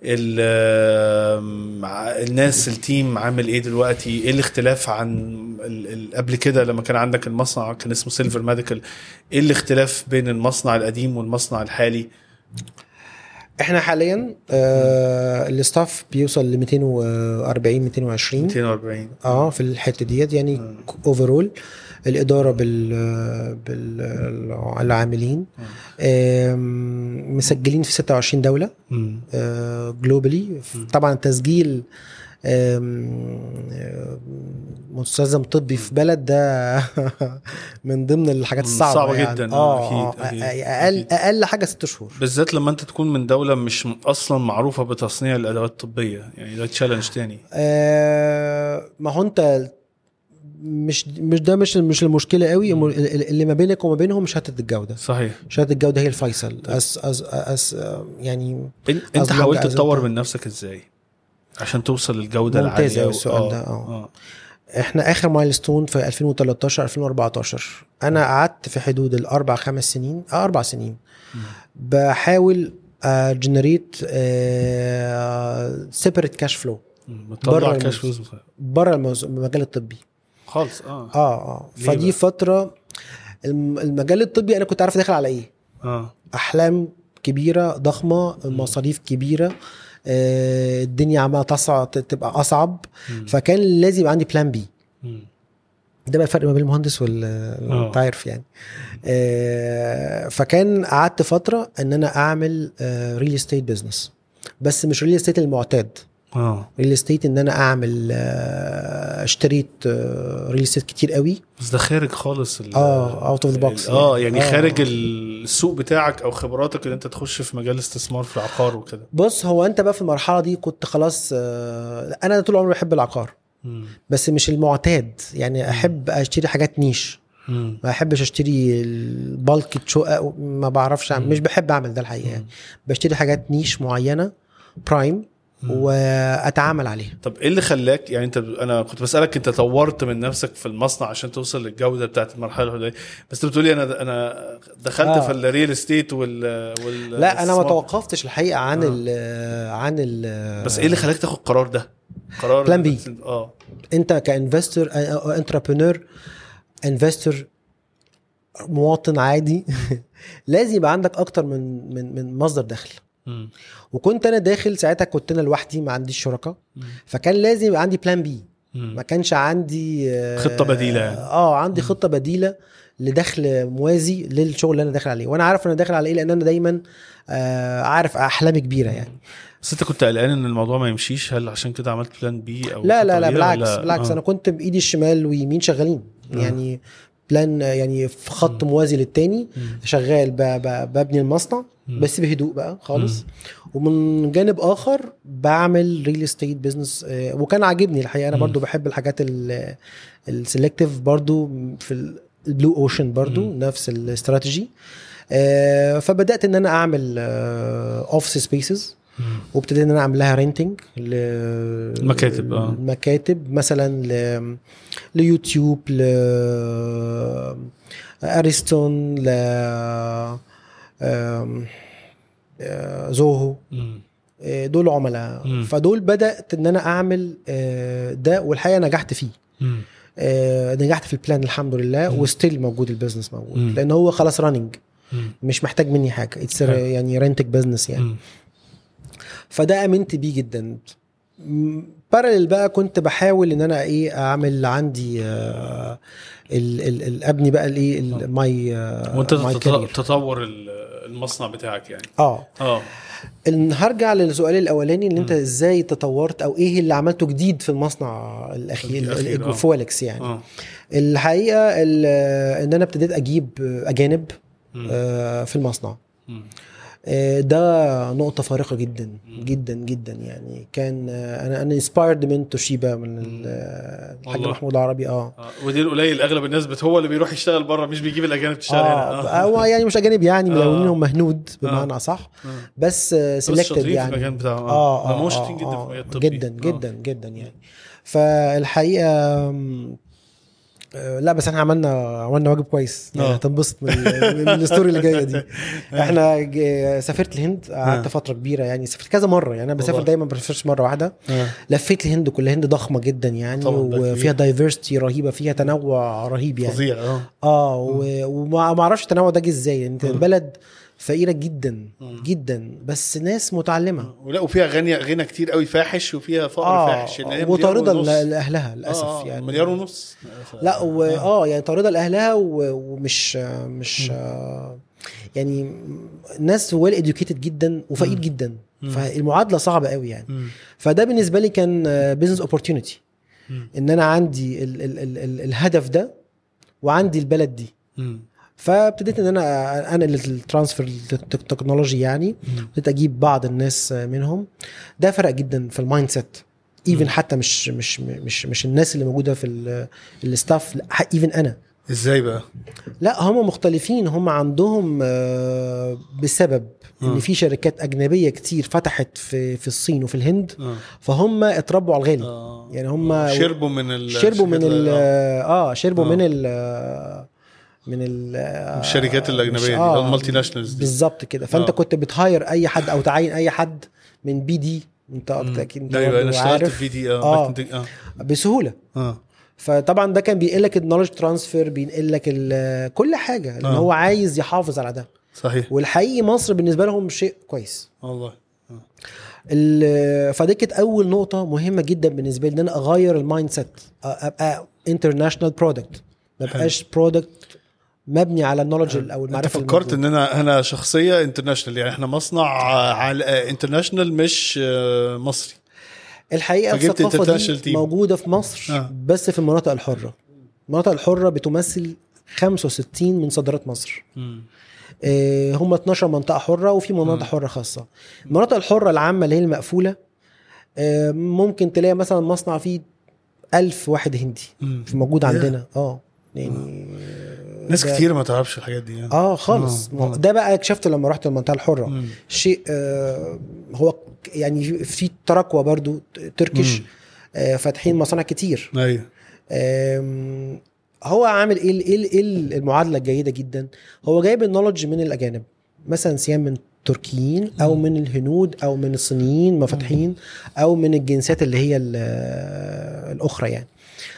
الناس التيم عامل ايه دلوقتي ايه الاختلاف عن قبل كده لما كان عندك المصنع كان اسمه سيلفر ميديكال ايه الاختلاف بين المصنع القديم والمصنع الحالي؟ احنا حاليا آه الاستاف بيوصل ل مئتين وأربعين مئتين وعشرين مئتين وأربعين اه في الحتة ديت يعني اوفرول الإدارة بال بالعاملين مسجلين في ستة وعشرين دولة جلوبالي. طبعا تسجيل مستلزم طبي في بلد ده من ضمن الحاجات الصعبة صعبة يعني. جدا آه أكيد. أكيد. أقل أكيد. أقل حاجة ست شهور بالذات لما أنت تكون من دولة مش أصلا معروفة بتصنيع الأدوات الطبية يعني ده تشالنج تاني. آه ما هو أنت مش مش ده مش مش المشكله قوي اللي ما بينك وما بينهم شهاده الجوده. صحيح شهاده الجوده هي الفيصل. أس أس أس يعني انت حاولت تطور من نفسك ازاي عشان توصل للجوده العاليه؟ ممتاز السؤال آه. ده اه احنا اخر مايلستون في ألفين وتلتاشر ألفين وأربعتاشر انا قعدت في حدود الاربع خمس سنين اه اربع سنين م. بحاول جنريت سيبريت كاش فلو بره كاش فلو بره المجال الطبي خالص اه اه اه فدي بقى؟ فتره المجال الطبي انا كنت عارف داخل على ايه. اه احلام كبيره ضخمه المصاريف كبيره آه الدنيا عماله تصعب تبقى اصعب م. فكان لازم يبقى عندي بلان بي. ده بقى الفرق ما بين المهندس والتعرف يعني. آه فكان قعدت فتره ان انا اعمل آه ريل استيت بزنس بس مش ريل استيت المعتاد. اه ريل استيت ان انا اعمل اشتريت ريل استيت كتير قوي بس ده خارج خالص اه اوت اوف ذا بوكس اه يعني آه. خارج السوق بتاعك او خبراتك اللي انت تخش في مجال استثمار في العقار وكده. بص هو انت بقى في المرحله دي كنت خلاص آه انا طول عمري بحب العقار م. بس مش المعتاد يعني احب اشتري حاجات نيش م. ما احبش اشتري البالك شقق ما بعرفش مش بحب اعمل ده الحقيقه. بشتري حاجات نيش معينه برايم واتعامل عليها. طب ايه اللي خلاك يعني انت انا كنت بسالك انت طورت من نفسك في المصنع عشان توصل للجوده بتاعت المرحله دي، بس انت بتقولي انا انا دخلت آه. في الريل استيت وال, وال لا انا ما توقفتش الحقيقه عن آه. ال عن ال بس ايه اللي خلاك تاخد قرار ده؟ قرار بلان بي. اه انت كانفستور انتربرينور انفستور مواطن عادي لازم يبقى عندك اكتر من من من مصدر دخل. م. وكنت انا داخل ساعتها كنت انا لوحدي ما عنديش شركاء، فكان لازم يبقى عندي بلان بي. ما كانش عندي خطه بديله يعني. اه عندي م. خطه بديله لدخل موازي للشغل اللي انا داخل عليه، وانا عارف انا داخل على ايه لان انا دايما آه عارف احلامي كبيره يعني. بس انت كنت قلقان ان الموضوع ما يمشيش، هل عشان كده عملت بلان بي او لا لا لا بالعكس ولا... بالعكس آه. انا كنت بايدي الشمال ويمين شغالين آه. يعني بلان يعني في خط م. موازي للتاني م. شغال ب... ب... ببني المصنع م. بس بهدوء بقى خالص م. ومن جانب اخر بعمل ريل استيت بيزنس. وكان عاجبني الحقيقه انا م. برضو بحب الحاجات السلكتيف برضو في البلو اوشن برضو م. نفس الاستراتيجي. فبدات ان انا اعمل اوفيس سبيسز وابتديت ان انا اعمل لها رينتنج للمكاتب اه مكاتب مثلا ل... ليوتيوب ل اريستون ل زوهو دول عملاء م. فدول بدات ان انا اعمل ده والحقيقه نجحت فيه. م. نجحت في البلان الحمد لله وستيل موجود البيزنس موجود م. لان هو خلاص رانينج مش محتاج مني حاجه اتس يعني رينتك بيزنس يعني م. فده امنت بيه جدا. باراليل بقى كنت بحاول ان انا ايه اعمل عندي آه ال ال الابني بقى الايه ماي وانت تطور المصنع بتاعك يعني اه اه هرجع للسؤال الاولاني ان انت م. ازاي تطورت او ايه اللي عملته جديد في المصنع الاخير فولكس يعني آه. الحقيقه ان انا ابتديت اجيب اجانب آه في المصنع م. ده نقطة فارقة جدا جدا جدا يعني. كان انا انا انسبايرد من توشيبا من الحاج محمود عربي اه ودي القليل اغلب الناس هو اللي بيروح يشتغل بره مش بيجيب الاجانب تشتغل هنا هو آه. يعني مش اجانب يعني ملونينهم مهنود بمعنى صح آه. بس سيلكتد يعني المكان بتاعه اه اه مشتين جدا آه. في جدا جدا آه. جدا يعني. فالحقيقة لا بس احنا عملنا عملنا واجب كويس يعني هتنبسط من, من الستوري اللي جايه دي. احنا سافرت الهند قعدت فتره كبيره يعني سافرت كذا مره يعني انا بسافر دايما بسافرش مره واحده. لفيت الهند كلها. الهند ضخمه جدا يعني وفيها دايفرستي رهيبه فيها تنوع رهيب يعني فظيع اه اه وما اعرفش التنوع ده جه ازاي انت البلد فقيره جدا جدا بس ناس متعلمه ولا وفيها غنى غنى كتير قوي فاحش وفيها فقر آه فاحش وطارده لاهلها للاسف آه يعني مليار ونص لا و... آه. اه يعني طارده لاهلها ومش مش آه يعني ناس ويل اديوكيتد جدا وفقير جدا م. فالمعادله صعبه قوي يعني م. فده بالنسبه لي كان بيزنس اوبورتيونيتي ان انا عندي ال... ال... ال... ال... الهدف ده وعندي البلد دي م. فابتديت ان انا انا الترانسفير التكنولوجي يعني ابتديت اجيب بعض الناس منهم. ده فرق جدا في المايند سيت ايفن حتى مش مش مش مش الناس اللي موجوده في الستاف ايفن انا. ازاي بقى؟ لا هم مختلفين. هم عندهم بسبب ان في شركات اجنبيه كتير فتحت في في الصين وفي الهند آه. فهم اتربوا على الغالي آه. يعني هم شربوا من شربوا من ال اه شربوا آه. من ال من الشركات الاجنبيه آه دي المالتي ناشونالز دي بالظبط كده. فانت آه. كنت بتهاير اي حد او تعين اي حد من بي دي انت اكيد انت ايوه انا اشتغلت في بي دي اه, آه. بسهوله اه فطبعا ده كان بينقل لك النولج ترانسفير بينقل لك كل حاجه لان آه. هو عايز يحافظ على ده صحيح. والحقيقي مصر بالنسبه لهم شيء كويس والله آه. فدي كانت اول نقطه مهمه جدا بالنسبه لي ان انا اغير المايند سيت ابقى انترناشونال برودكت ما بقاش برودكت مبني على النولج او المعرفه. فكرت ان انا انا شخصيه انترناشونال يعني احنا مصنع على انترناشونال مش مصري. الحقيقه الثقافه دي موجوده في مصر آه. بس في المناطق الحره. المناطق الحره بتمثل خمسة وستين من صادرات مصر. آه هم اتناشر منطقه حره وفي مناطق م. حره خاصه. المناطق الحره العامه اللي هي المقفوله آه ممكن تلاقي مثلا مصنع فيه ألف واحد هندي في موجود عندنا اه يعني ناس كتير ما تعرفش الحاجات دي يعني. اه خالص. آه. ده بقى اكتشفته لما رحت المنطقه الحره. مم. شيء آه هو يعني في تراكوة برضو تركيش آه فاتحين مصانع كتير. ايوه. هو عامل ايه ايه ايه المعادله الجيده جدا. هو جايب النولج من الاجانب مثلا سيان من تركيين او من الهنود او من الصينيين مفاتحين او من الجنسيات اللي هي الاخرى يعني,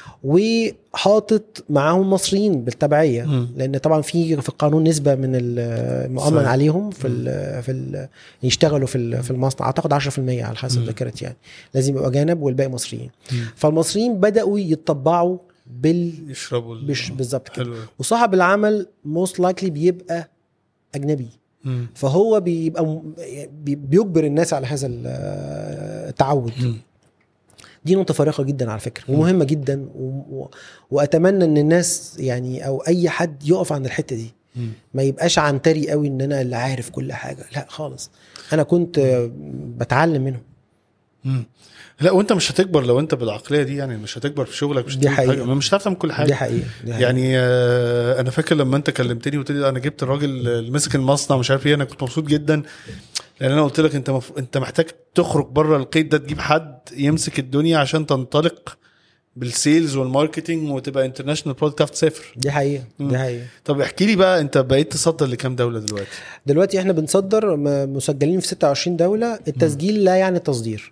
وحاطط معاهم مصريين بالتبعيه م. لان طبعا في في القانون نسبه من المؤمن عليهم في ال في ال يشتغلوا في في المصنع اعتقد عشرة في المية على حسب ذاكرتي يعني, لازم يبقوا اجانب والباقي مصريين. م. فالمصريين بداوا يتطبعوا بال يشربوا بش بالظبط كده, وصاحب العمل موست لايكلي بيبقى اجنبي. م. فهو بيبقى بيجبر الناس على هذا التعود. م. دي نقطة فارقة جدا على فكرة ومهمة جدا و... وأتمنى أن الناس يعني أو أي حد يقف عند الحتة دي. م. ما يبقاش عنتري قوي أن أنا اللي عارف كل حاجة, لا خالص, أنا كنت بتعلم منهم. م. لا وانت مش هتكبر لو انت بالعقليه دي يعني, مش هتكبر في شغلك, مش دي حقيقة. حاجة. مش هتعرف تعمل كل حاجه. دي حقيقة. دي حقيقة. يعني آه انا فاكر لما انت كلمتني وقلت لي انا جبت الراجل اللي مسك المصنع مش عارف ايه, انا كنت مبسوط جدا لان انا قلت لك انت مف... انت محتاج تخرج بره القيد ده, تجيب حد يمسك الدنيا عشان تنطلق بالسيلز والماركتينج وتبقى انترناشونال برودكت تعرف تسافر. دي حقيقة. دي حقيقة. طب احكي لي بقى, انت بقيت تصدر لكام دولة دلوقتي؟ دلوقتي احنا بنصدر مسجلين في ستة وعشرين دولة. التسجيل م. لا يعني تصدير.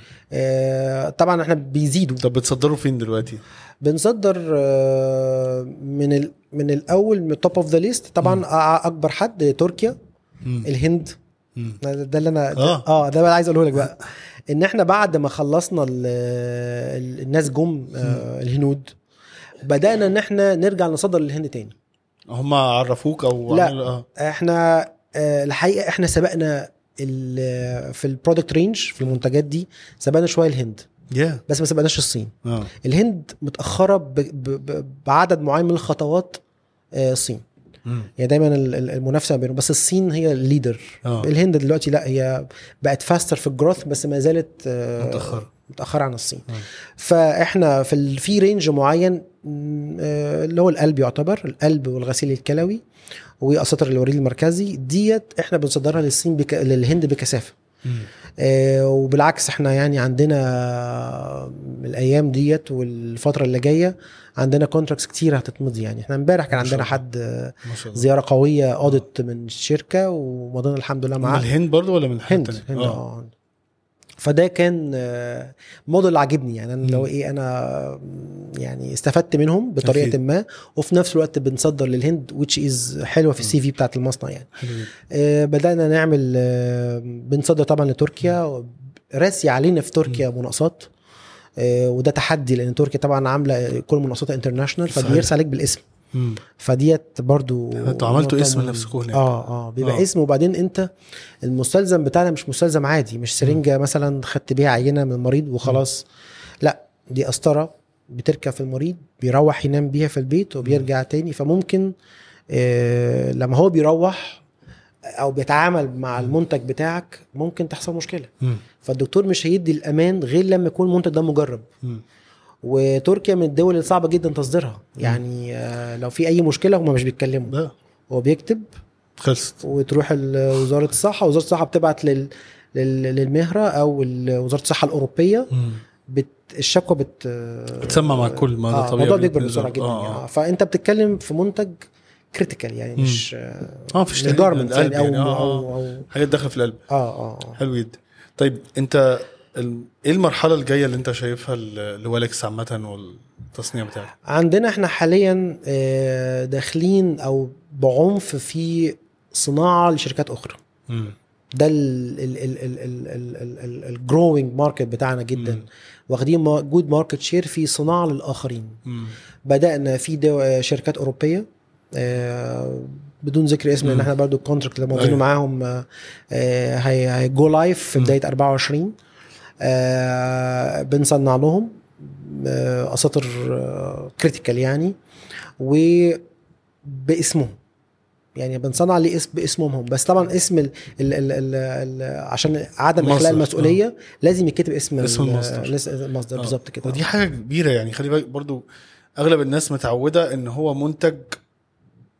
آه طبعا احنا بيزيدوا. طب بتصدروا فين دلوقتي؟ بنصدر آه من ال... من الاول من توب اوف ذا ليست طبعا. م. اكبر حد تركيا, م. الهند. م. ده اللي انا اه, آه ده بقى عايز اقوله لك بقى ان احنا بعد ما خلصنا الناس جم آه الهنود بدأنا ان احنا نرجع نصدر للهند تاني. هم عرفوك او لا آه. احنا آه الحقيقة احنا سبقنا في البرودكت رينج في المنتجات دي, سبقنا شوية الهند yeah. بس ما سبقناش الصين. آه. الهند متأخرة ب ب بعدد معين من الخطوات آه الصين. مم. يعني دايما المنافسه بينهم, بس الصين هي الليدر. أوه. الهند دلوقتي لا, هي بقت فاستر في الجروث بس ما زالت متاخره متاخره عن الصين. أوه. فاحنا في في رينج معين اللي هو القلب, يعتبر القلب والغسيل الكلوي واساطر الوريد المركزي ديت احنا بنصدرها للصين بك... للهند بكثافه. آه وبالعكس احنا يعني عندنا الايام ديت والفتره اللي جايه عندنا كونتراكتس كتير هتتمضي. يعني احنا امبارح كان عندنا حد زياره قويه اوديت من الشركه ومضينا الحمد لله معاه. من الهند برضو ولا من الهند؟ هند اه. فده كان موديل عجبني يعني انا لو ايه انا يعني استفدت منهم بطريقه أكيد. ما وفي نفس الوقت بنصدر للهند which is حلوه في السي في بتاعه المصنع يعني. آه بدانا نعمل آه بنصدر طبعا لتركيا, راسي علينا في تركيا مناقصات آه وده تحدي لان تركيا طبعا عامله كل مناقصاتها انترناشونال فبيرسل عليك بالاسم. مم. فديت برضو انتوا عملتوا اسم لنفسكم هناك. اه اه بيبقى آه. اسم, وبعدين انت المستلزم بتاعنا مش مستلزم عادي, مش سرنجه مثلا خدت بيها عينه من المريض وخلاص. مم. لا دي قسطره بتركب في المريض بيروح ينام بيها في البيت وبيرجع مم. تاني. فممكن آه لما هو بيروح او بيتعامل مع المنتج بتاعك ممكن تحصل مشكله. مم. فالدكتور مش هيدي الامان غير لما يكون المنتج ده مجرب. مم. وتركيا من الدول اللي صعبه جدا تصديرها. يعني آه لو في اي مشكله هم مش بيتكلموا, هو بيكتب خلصت وتروح وزاره الصحه, وزاره الصحه بتبعت لل للمهره او وزاره الصحه الاوروبيه. بت... الشكوى بت... بتسمع مع كل ما آه طبيعي. الموضوع بيكبر بسرعه جدا. آه. آه. فانت بتتكلم في منتج كريتيكال يعني مم. مش اه فيش جارمنت يعني او, يعني. آه. أو, أو حاجات داخله في القلب. اه اه حلو جدا. طيب انت ايه المرحله الجايه اللي انت شايفها لوالكس عامه والتصنيع بتاعك؟ عندنا احنا حاليا داخلين او بعنف في صناعه لشركات اخرى. م. ده الجروينج ماركت بتاعنا جدا. م. واخدين جود ماركت شير في صناعه للاخرين. م. بدانا في شركات اوروبيه بدون ذكر اسم لان احنا برضو الكونتراكت اللي موجودين معاهم هي جو لايف في بدايه أربعة وعشرين. آه بنصنع لهم آه اساطر آه كريتيكال يعني وباسمهم يعني بنصنع لي اسم باسمهم هم. بس طبعا اسم ال ال ال ال ال عشان عدم اخلاء المسؤوليه آه. لازم يتكتب اسم اسم المصدر, المصدر آه. بالظبط كده. ودي حاجه كبيره يعني. خلي بالك برضو اغلب الناس متعوده ان هو منتج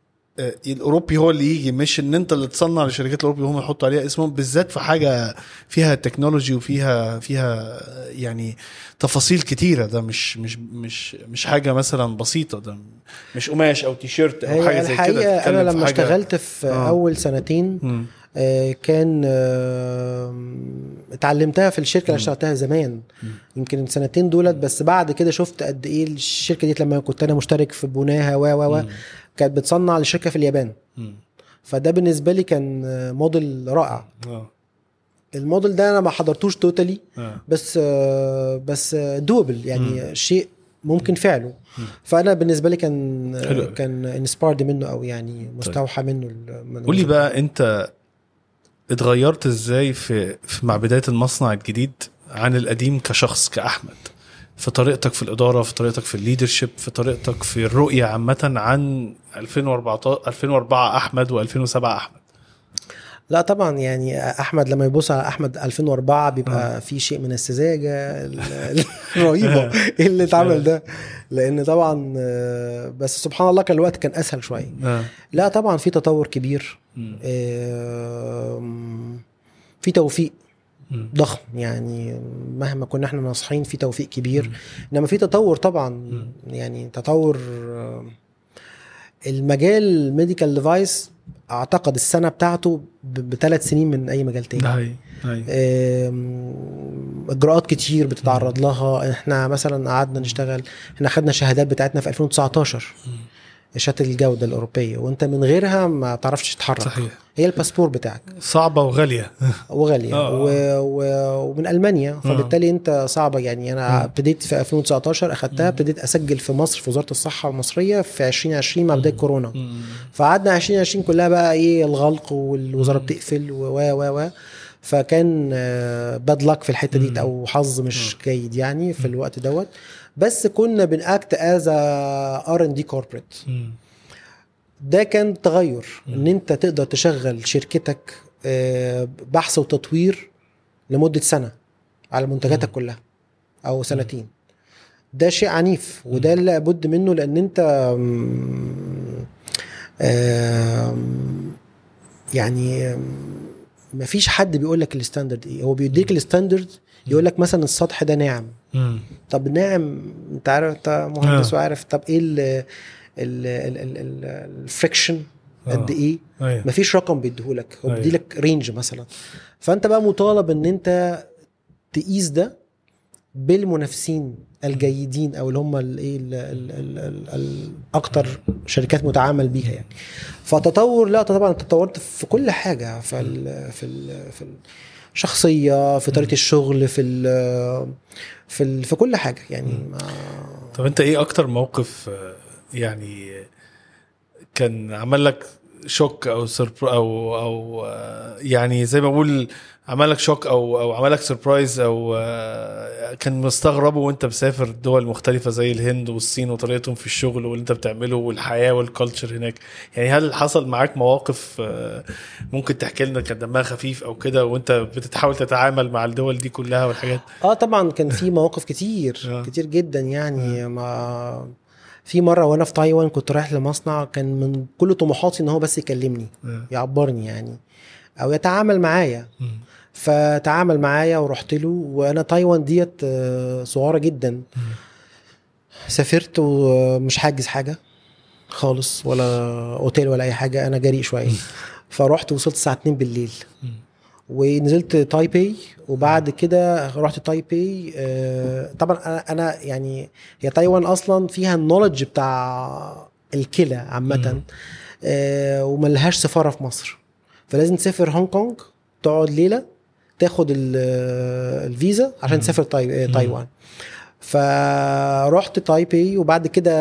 الاوروبي هو اللي يجي، مش ان انت اللي تصنع للشركات الاوروبيه هم يحطوا عليها اسمهم، بالذات في حاجه فيها تكنولوجي وفيها فيها يعني تفاصيل كتيره. ده مش مش مش مش حاجه مثلا بسيطه، ده مش قماش او تيشيرت او حاجه زي كده. انا لما اشتغلت في آه. اول سنتين م. آه كان آه اتعلمتها في الشركه اللي اشتغلتها زمان، م. يمكن سنتين دولت بس. بعد كده شفت قد ايه الشركه دي لما كنت انا مشترك في بناها و و كانت بتصنع لشركه في اليابان، م. فده بالنسبه لي كان موديل رائع. أوه. الموديل ده انا ما حضرتوش توتالي، أوه. بس آه بس دوبل يعني م. شيء ممكن فعله. م. فانا بالنسبه لي كان حلو. كان انسبايرد منه او يعني مستوحى منه. قول لي بقى انت اتغيرت ازاي في في مع بدايه المصنع الجديد عن القديم كشخص كأحمد، في طريقتك في الإدارة، في طريقتك في الليدرشيب، في طريقتك في الرؤية عامة عن ألفين وأربعة ألفين وأربعة أحمد وألفين وسبعة أحمد؟ لا طبعا يعني أحمد لما يبص على أحمد ألفين وأربعة بيبقى آه. في شيء من السذاجة الرهيبة إيه اللي اتعمل ده، لأن طبعا بس سبحان الله كان الوقت كان أسهل شوية. آه. لا طبعا في تطور كبير، في توفيق ضخم يعني، مهما كنا احنا ناصحين في توفيق كبير، انما في تطور طبعا. يعني تطور المجال ميديكال ديفايس اعتقد السنه بتاعته بثلاث سنين من اي مجال تاني. هاي هاي اجراءات كتير بتتعرض لها. احنا مثلا قعدنا نشتغل، احنا خدنا شهادات بتاعتنا في ألفين وتسعتاشر، شهاده الجوده الاوروبيه، وانت من غيرها ما تعرفش تتحرك. صحيح. هي الباسبور بتاعك صعبه وغاليه وغاليه و... و... ومن المانيا، فبالتالي انت صعبه يعني. انا ابتديت في ألفين وتسعتاشر اخدتها، ابتديت اسجل في مصر في وزاره الصحه المصريه في عشرين عشرين مع بدايه كورونا. فقعدنا عشرين عشرين كلها بقى ايه الغلق والوزاره بتقفل و و و فكان باد لك في الحته دي او حظ مش جيد يعني في الوقت دوت. بس كنا بنأكت از ار ان دي كوربريت. ده كان تغير، ان انت تقدر تشغل شركتك بحث وتطوير لمدة سنة على منتجاتك كلها او سنتين. ده شيء عنيف، وده اللي لابد منه، لان انت يعني مفيش حد بيقولك الستاندرد ايه، هو بيديك الستاندرد يقولك مثلا السطح ده ناعم. طب ناعم، انت عارف انت مهندس وعارف، طب ايه ال الفريكشن قد ايه؟ مفيش رقم بيديهولك، هو بيديلك رينج مثلا. فانت بقى مطالب ان انت تقيس ده بالمنافسين الجيدين او اللي هم الايه الاكتر شركات متعامل بيها يعني. فتطور، لا طبعا تطورت في كل حاجه، في ال في ال في الشخصيه، في طريقه الشغل، في ال في ال في كل حاجه يعني. طب انت ايه اكتر موقف يعني كان عمل لك شوك او سربر او او يعني زي ما بقول عمل لك شوك او او عمل لك سربرايز او كان مستغربه وانت مسافر دول مختلفه زي الهند والصين وطريقتهم في الشغل واللي انت بتعمله والحياه والكالتشر هناك؟ يعني هل حصل معاك مواقف ممكن تحكي لنا كان دمها خفيف او كده وانت بتحاول تتعامل مع الدول دي كلها والحاجات؟ اه طبعا كان في مواقف كتير كتير جدا يعني. ما في مرة وانا في تايوان كنت رايح لمصنع، كان من كل طموحاتي ان هو بس يكلمني يعبرني يعني او يتعامل معايا. فتعامل معايا ورحت له، وانا تايوان ديت صغيرة جدا. سافرت ومش حاجز حاجة خالص، ولا اوتيل ولا اي حاجة، انا جريء شوية. فرحت وصلت الساعة اتنين بالليل ونزلت تايبي، وبعد كده رحت تايبي. طبعا انا يعني هي تايوان اصلا فيها النولج بتاع الكلى عامه، وملهاش سفاره في مصر، فلازم تسافر هونج كونج تقعد ليله تاخد الفيزا عشان تسافر تايوان. فرحت تايبي، وبعد كده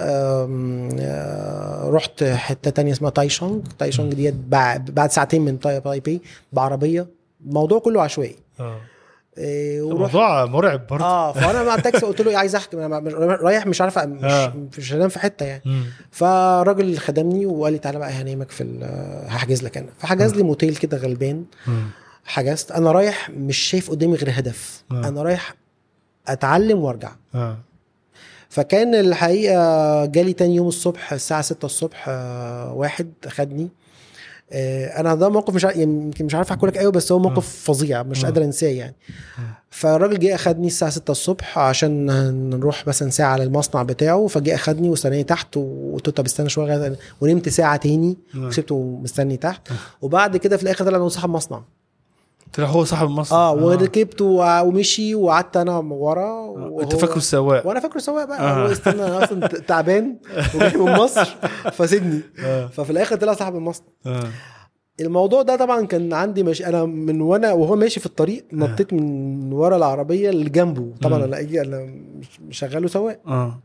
رحت حته تانية اسمها تايشونج. تايشونج ديت بعد ساعتين من تايبي بعربيه، الموضوع كله عشوائي. اه إيه موضوع مرعب برضه. اه فانا مع التاكسي قلت له عايز احكي، انا رايح مش عارفه مش آه. مش هنام في حته يعني. مم. فالراجل خدمني وقال لي تعالى بقى هنامك في هحجز لك انا. فحجز لي موتيل كده غلبان. مم. حجزت، انا رايح مش شايف قدامي غير هدف. آه. انا رايح اتعلم وارجع. آه. فكان الحقيقه جالي تاني يوم الصبح الساعه ستة الصبح واحد خدني. انا ده موقف مش يمكن مش عارف احكي لك قوي بس هو موقف فظيع مش قادر انساه يعني. فالراجل جه اخدني الساعه ستة الصبح عشان نروح مثلا ساعه على المصنع بتاعه. فجه اخدني واستناني تحت وقلت له طب استنى شويه ونمت ساعه تاني وسبته مستني تحت. وبعد كده في الاخر طلع انه صاحب مصنع. طلع هو صاحب المصنع. اه وركبت ومشي وقعدت انا ورا. انت فاكره السواق وانا فاكره السواق بقى. آه. هو استنى انا اصلا تعبان وجاي من مصر فسيبني. آه. ففي الاخر طلع صاحب المصنع. آه. الموضوع ده طبعا كان عندي مش انا من وانا وهو ماشي في الطريق نطيت من ورا العربيه اللي جنبه. طبعا انا اجي انا مشغله سواق. اه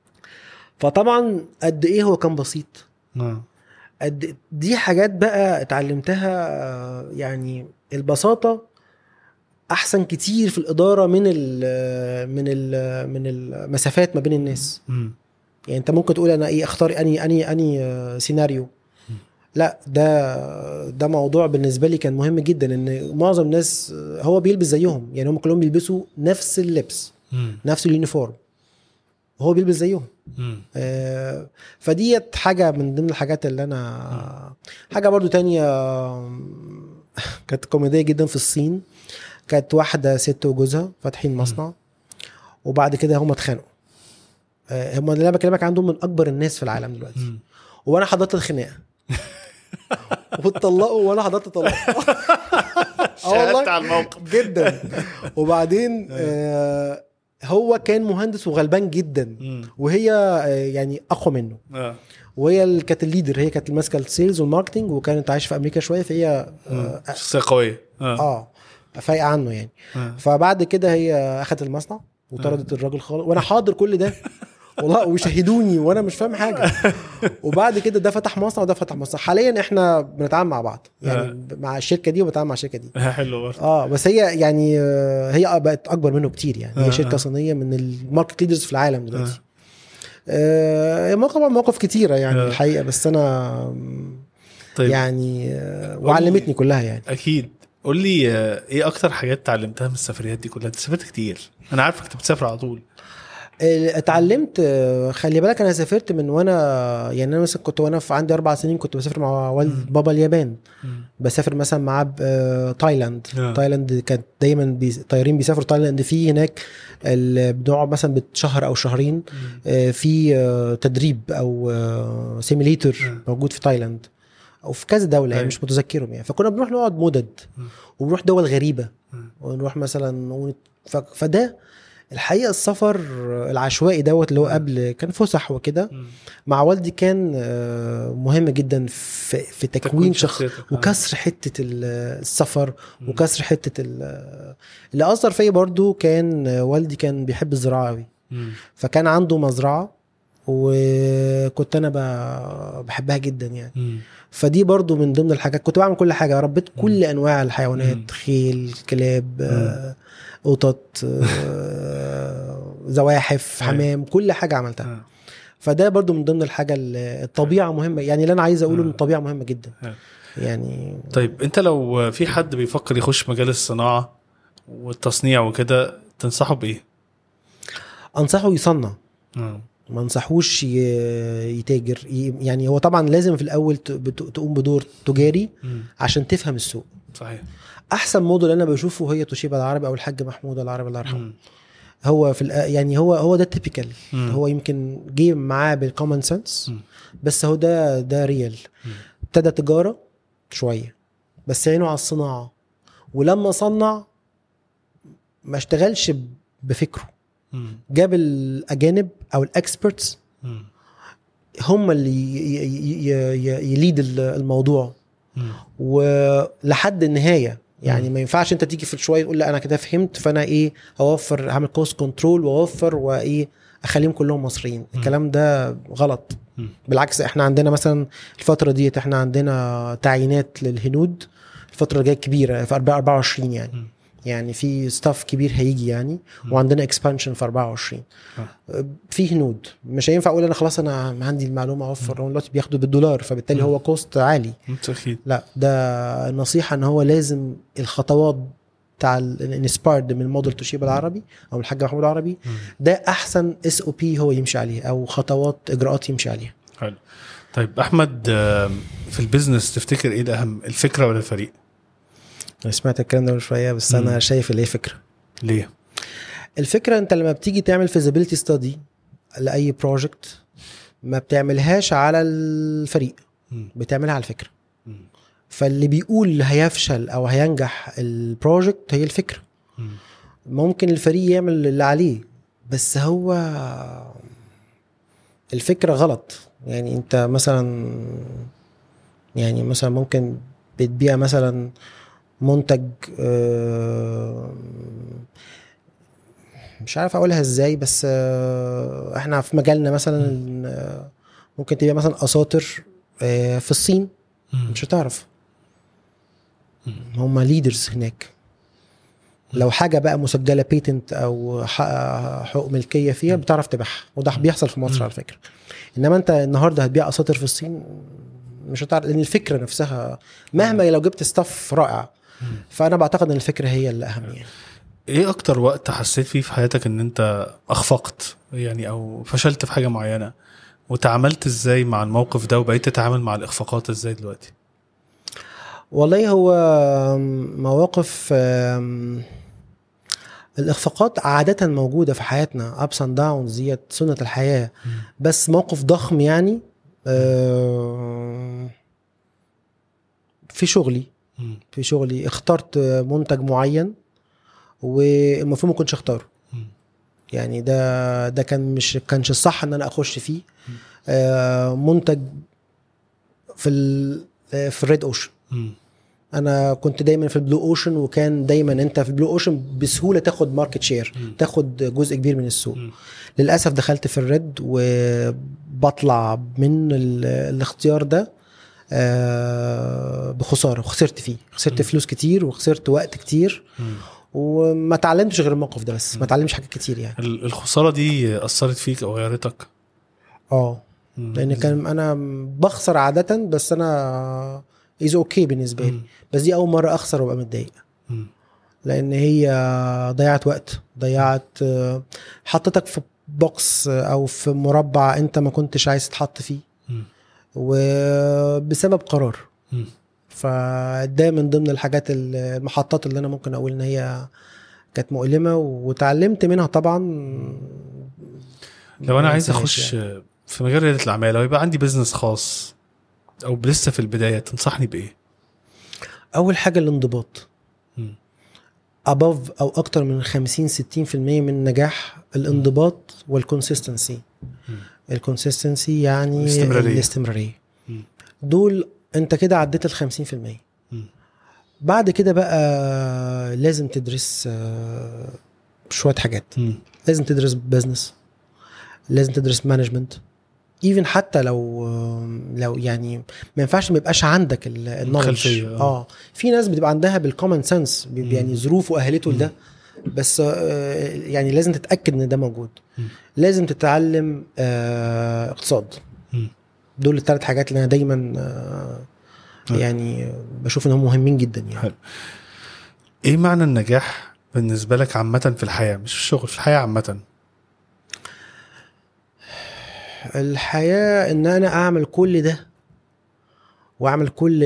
فطبعا قد ايه هو كان بسيط. اه قد دي حاجات بقى اتعلمتها. يعني البساطه احسن كتير في الاداره من ال من ال من المسافات ما بين الناس. م. يعني انت ممكن تقول انا ايه اختار اني اني اني سيناريو. لا ده ده موضوع بالنسبه لي كان مهم جدا ان معظم الناس هو بيلبس زيهم. يعني هم كلهم بيلبسوا نفس اللبس م. نفس اليونيفورم هو بيلبس زيهم. آه فديت حاجه من ضمن الحاجات اللي انا م. حاجه برضو تانية كانت كوميديه جدا في الصين. كانت واحده ست وجوزها فاتحين مصنع م. وبعد كده هم اتخانقوا. آه هم اللي انا بكلمك عندهم من اكبر الناس في العالم دلوقتي. م. وانا حضرت الخناقه واتطلقوا وانا حضرت طلاق. شهدت على الموقف جدا. وبعدين آه هو كان مهندس وغلبان جدا وهي آه يعني اقوى منه. وهي اللي كانت الليدر هي كانت ماسكه السيلز والماركتنج وكانت عايشه في امريكا شويه فهي شخصيه قويه اه, آه فايقه عنه يعني. آه. فبعد كده هي اخذت المصنع وطردت آه. الراجل خالص وانا حاضر كل ده والله وشهدوني وانا مش فاهم حاجه. وبعد كده ده فتح مصنع وده فتح مصنع. حاليا احنا بنتعامل مع بعض يعني آه. مع الشركه دي وبتعامل مع الشركه دي. حلو برضه. اه بس هي يعني هي بقت اكبر منه كتير يعني. هي شركه صينيه من الماركت ليدرز في العالم دلوقتي. آه موقف مواقف كتيره يعني آه. الحقيقه بس انا طيب. يعني آه وعلمتني كلها يعني. اكيد. قول لي ايه اكتر حاجات اتعلمتها من السفريات دي كلها؟ انت سافرت كتير انا عارفك انت بتسافر على طول. اتعلمت. خلي بالك انا سافرت من وانا يعني انا مثلا كنت وانا في عندي اربع سنين كنت بسافر مع والد بابا اليابان. م. بسافر مثلا مع تايلاند. yeah. تايلاند كانت دايما بي... طيارين بيسافروا تايلاند. في هناك بنقعد مثلا بشهر او شهرين م. في تدريب او سيميليتور yeah. موجود في تايلاند او في كذا دوله يعني مش متذكرهم يعني. فكنا بنروح نقعد مدد م. وبنروح دول غريبه م. ونروح مثلا ف... فده الحقيقه السفر العشوائي دوت اللي هو قبل كان فسح وكده مع والدي كان مهم جدا في في تكوين شخص وكسر حته السفر وكسر حته اللي اثر فيا برضو. كان والدي كان بيحب الزراعه قوي فكان عنده مزرعه وكنت انا بحبها جدا يعني. فدي برضو من ضمن الحاجات كنت بعمل كل حاجه. ربيت كل انواع الحيوانات خيل كلاب قطط زواحف حمام كل حاجه عملتها. فده برضو من ضمن الحاجه الطبيعه مهمه يعني. اللي انا عايز اقوله ان الطبيعه مهمه جدا يعني. طيب انت لو في حد بيفكر يخش مجال الصناعه والتصنيع وكده تنصحه بايه؟ انصحه يصنع. م. ما انصحوش يتاجر يعني. هو طبعا لازم في الاول تقوم بدور تجاري عشان تفهم السوق. صحيح. احسن موديل انا بشوفه هي توشيبا العربي او الحاج محمود العربي الله يرحمه. هو في يعني هو هو ده التيبيكال. هو يمكن جه معاه بالكومن سنس بس هو ده ده ريال. ابتدى تجاره شويه بس عينه على الصناعه ولما صنع ما اشتغلش بفكره. جاب الاجانب او الاكسبرتس هم اللي يليد الموضوع ولحد النهايه يعني. ما ينفعش انت تيجي في شويه تقول لا انا كده فهمت فانا ايه اوفر هعمل كوست كنترول واوفر وايه اخليهم كلهم مصريين. الكلام ده غلط. بالعكس احنا عندنا مثلا الفتره دي احنا عندنا تعيينات للهنود الفتره الجايه كبيره في أربعة وعشرين يعني. يعني في ستاف كبير هيجي يعني. وعندنا اكسبانشن في أربعة وعشرين في هنود. مش هينفع اقول انا خلاص انا عندي المعلومه اوفر. هم دلوقتي بياخدوا بالدولار فبالتالي هو كوست عالي. متأكيد. لا ده النصيحه ان هو لازم الخطوات بتاع الانسبايرد من موديل توشيبا العربي او الحاج محمود العربي، ده احسن اس او بي هو يمشي عليه او خطوات اجراءات يمشي عليها. حلو. طيب احمد، في البيزنس تفتكر ايه الاهم، الفكره ولا الفريق؟ انا سمعت الكلام ده من شويه بس مم. انا شايف اللي هي فكره. ليه؟ الفكره انت لما بتيجي تعمل فيزيبيليتي ستادي لاي بروجكت ما بتعملهاش على الفريق، مم. بتعملها على الفكره. مم. فاللي بيقول هيفشل او هينجح البروجكت هي الفكره. مم. ممكن الفريق يعمل اللي عليه بس هو الفكره غلط. يعني انت مثلا يعني مثلا ممكن بتبيع مثلا منتج مش عارف اقولها ازاي، بس احنا في مجالنا مثلا ممكن تبيع مثلا اساطر في الصين، مش هتعرف، هم ليدرز هناك. لو حاجه بقى مسجله بيتنت او حقوق ملكيه فيها بتعرف تبيعها، وده بيحصل في مصر على فكره. انما انت النهارده هتبيع اساطر في الصين مش هتعرف، لان الفكره نفسها مهما لو جبت ستاف رائع. فانا بعتقد ان الفكره هي اللي اهم. يعني ايه اكتر وقت حسيت فيه في حياتك ان انت اخفقت يعني او فشلت في حاجه معينه، وتعاملت ازاي مع الموقف ده وبقيت تتعامل مع الاخفاقات ازاي دلوقتي؟ والله هو مواقف الاخفاقات عاده موجوده في حياتنا، ups and downs، ديت سنه الحياه. م. بس موقف ضخم يعني في شغلي م. في شغلي اخترت منتج معين والمفروض ما كنتش اختاره. م. يعني ده ده كان مش كانش الصح ان انا اخش فيه. م. منتج في ال في الريد اوشن. انا كنت دايما في البلو اوشن، وكان دايما انت في البلو اوشن بسهوله تاخد ماركت شير، تاخد جزء كبير من السوق. م. للاسف دخلت في الريد وبطلع من الاختيار ده بخساره، وخسرت فيه، خسرت م. فلوس كتير وخسرت وقت كتير. م. وما تعلمتش غير الموقف ده بس، ما تعلمش حاجات كتير. يعني الخساره دي اثرت فيك او غيرتك؟ اه لان كان انا بخسر عاده، بس انا is okay بالنسبه لي. بس دي اول مره اخسر وابقى متضايق، لان هي ضيعت وقت، ضيعت حطتك في بوكس او في مربع انت ما كنتش عايز تتحط فيه، وبسبب قرار. فده من ضمن الحاجات المحطات اللي انا ممكن اقول ان هي كانت مؤلمه وتعلمت منها طبعا. لو انا عايز اخش يعني في مجال رياده الاعمال، او يبقى عندي بيزنس خاص او لسه في البدايه، تنصحني بايه؟ اول حاجه الانضباط. above او اكتر من خمسين ستين في المية من النجاح الانضباط والكونسيستنسي. الكونسيستنسي يعني الاستمراريه, الاستمرارية. دول انت كده عديت ال خمسين في المية. بعد كده بقى لازم تدرس شويه حاجات. م. لازم تدرس بيزنس، لازم تدرس مانجمنت. ايفن حتى لو لو يعني ما ينفعش ما يبقاش عندك النولج. اه في ناس بتبقى عندها بالكومن سنس، يعني ظروف واهلته لده، بس يعني لازم تتاكد ان ده موجود. م. لازم تتعلم آه اقتصاد. م. دول الثلاث حاجات اللي انا دايما آه يعني بشوف انهم مهمين جدا. يعني حلو. ايه معنى النجاح بالنسبه لك عامه في الحياه، مش في الشغل، في الحياه عامه؟ الحياة ان انا اعمل كل ده، واعمل كل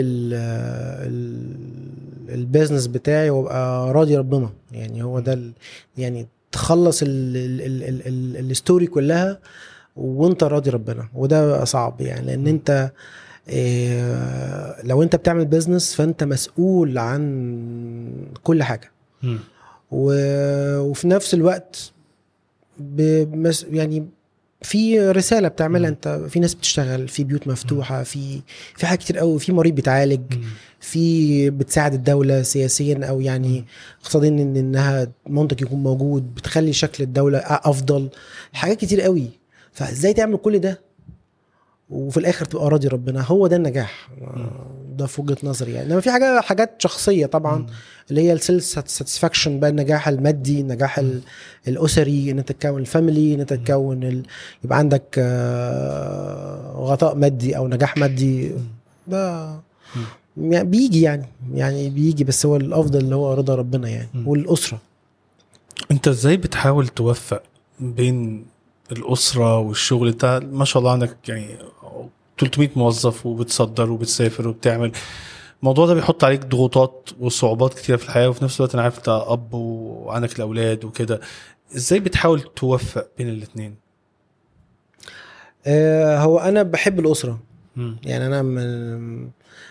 البيزنس بتاعي وابقى راضي ربنا. يعني هو ده يعني تخلص الستوري كلها وانت راضي ربنا، وده صعب. يعني لان انت إيه لو انت بتعمل بيزنس فانت مسؤول عن كل حاجة. م. وفي نفس الوقت بمس يعني في رسالة بتعملها. م. انت في ناس بتشتغل، في بيوت مفتوحة، م. في في حاجات كتير قوي، في مريض بيتعالج، م. في بتساعد الدولة سياسيا او يعني اقتصاديا ان انها منتج يكون موجود، بتخلي شكل الدولة افضل، حاجات كتير قوي. فازاي تعمل كل ده وفي الاخر تبقى راضي ربنا؟ هو ده النجاح. ده في وجهة نظري. يعني لما في حاجة حاجات شخصية طبعا، م. اللي هي السيلف ساتسفاكشن بقى، النجاح المادي، النجاح م. الاسري، ان انت تكون الفاميلي، ان انت تكون ال... يبقى عندك غطاء مادي او نجاح مادي. ده يعني بيجي يعني يعني بيجي، بس هو الافضل اللي هو رضا ربنا يعني م. والاسره. انت ازاي بتحاول توفق بين الاسره والشغل؟ انت ما شاء الله عندك يعني ثلاثمية موظف وبتصدر وبتسافر وبتعمل، الموضوع ده بيحط عليك ضغوطات وصعوبات كتيرة في الحياة، وفي نفس الوقت انا عارف انت اب وعندك الاولاد وكده، ازاي بتحاول توفق بين الاثنين؟ آه هو انا بحب الاسره. مم. يعني انا من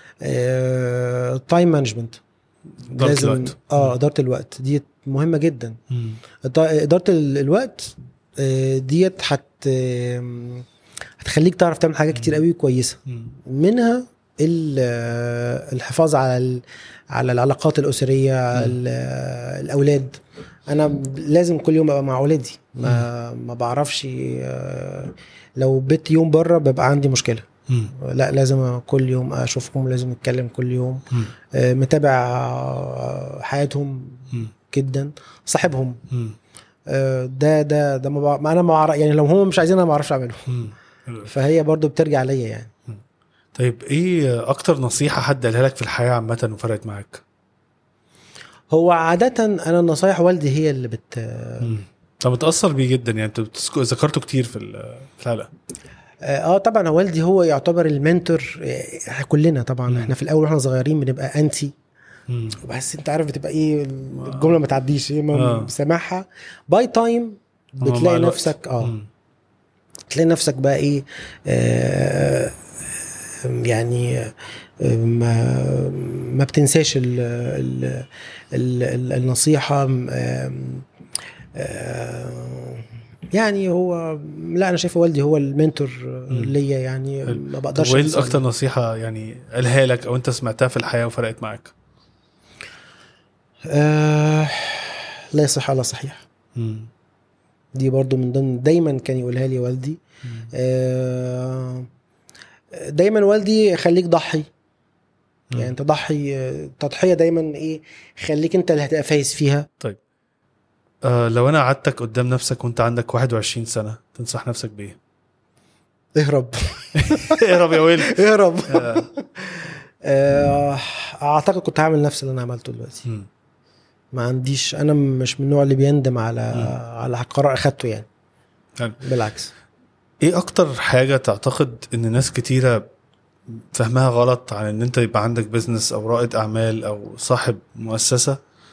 تايم مانجمنت، لازم الوقت. اه اداره الوقت دي مهمه جدا. مم. اداره ال- الوقت آه، ديت هت آم، هتخليك تعرف تعمل حاجات كتير قوي كويسه، مم. منها ال- آه، الحفاظ على ال- على العلاقات الاسريه، ال- آه، الاولاد. انا لازم كل يوم ابقى مع اولادي، ما ما بعرفش آه، لو بيت يوم بره ببقى عندي مشكله. مم. لا، لازم كل يوم اشوفهم، لازم نتكلم كل يوم. مم. آه، متابع آه، حياتهم مم. جدا، صاحبهم. مم. آه، ده ده ده ما بع- ما انا ما أعرف- يعني لو هم مش عايزين انا ما اعرفش اعمله. مم. فهي برضو بترجع ليا يعني. طيب ايه اكتر نصيحة حد قالها لك في الحياة عامة وفرقت معاك؟ هو عادة انا نصايح والدي هي اللي بت مم. طب متأثر بيه جدا يعني، انت بتذك- ذكرته كتير في ال- في الحلقة. اه طبعا هو والدي هو يعتبر المنتور. آه، كلنا طبعا مم. احنا في الاول واحنا صغيرين بنبقى انتي، مم. بس انت عارف بتبقى ايه الجمله ما تعديش ايه، آه. ما سامعها باي تايم مع بتلاقي الوقت. نفسك اه مم. تلاقي نفسك بقى ايه آه يعني آه، ما ما بتنساش ال ال ال ال النصيحه. آه آه يعني هو لا، انا شايف والدي هو المنتور ليا يعني، ما طب بقدرش وايه أنساه. اكتر نصيحة يعني قالها لك او انت سمعتها في الحياة وفرقت معاك؟ آه لا يصح على صحيح. مم. دي برضو من ضمن دايما كان يقولها لي والدي. آه دايما والدي خليك ضحي، يعني انت ضحي. آه، تضحية دايما ايه، خليك انت اللي هتبقى فايز فيها. طيب آه لو انا قعدتك قدام نفسك وانت عندك واحد وعشرين سنة تنصح نفسك بايه؟ اهرب. اهرب يا ويل. اهرب. آه. آه اعتقد كنت هعمل نفس اللي انا عملته دلوقتي. مم. ما عنديش، انا مش من النوع اللي بيندم على مم. على قرار اخدته يعني. حلو. بالعكس. ايه اكتر حاجة تعتقد ان ناس كتيرة فهمها غلط عن ان انت يبقى عندك بيزنس او رائد اعمال او صاحب مؤسسة؟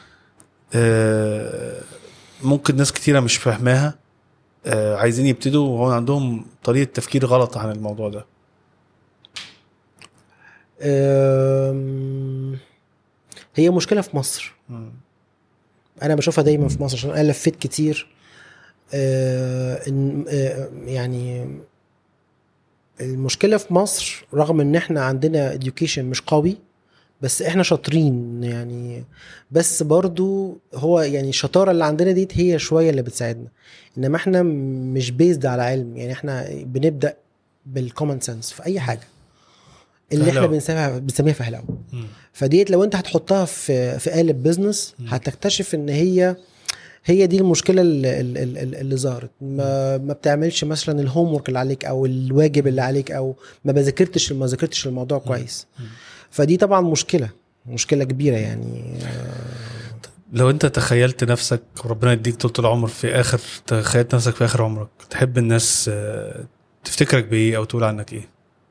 آه ممكن ناس كتيرة مش فهماها، آه عايزين يبتدوا وهو عندهم طريقة تفكير غلط عن الموضوع ده. آم، هي مشكلة في مصر. مم. انا بشوفها دايما في مصر عشان انا لفيت كتير. آه إن- آه يعني المشكلة في مصر رغم ان احنا عندنا education مش قوي، بس احنا شاطرين يعني. بس برضو هو يعني الشطارة اللي عندنا ديت هي شوية اللي بتساعدنا، انما احنا مش بيزد على علم. يعني احنا بنبدأ بالكومن سنس في اي حاجة اللي احنا فهلوة. بنسميها بنسميها فهلوة. مم. فديت لو انت هتحطها في في قالب بيزنس هتكتشف ان هي هي دي المشكله اللي, اللي, اللي ظهرت. ما, ما بتعملش مثلا الهوم ورك اللي عليك او الواجب اللي عليك، او ما بذاكرتش ما ذاكرتش الموضوع كويس. فدي طبعا مشكله مشكله كبيره يعني. لو انت تخيلت نفسك وربنا يديك طول العمر في اخر، تخيلت نفسك في اخر عمرك، تحب الناس آه، تفتكرك بايه او تقول عنك ايه؟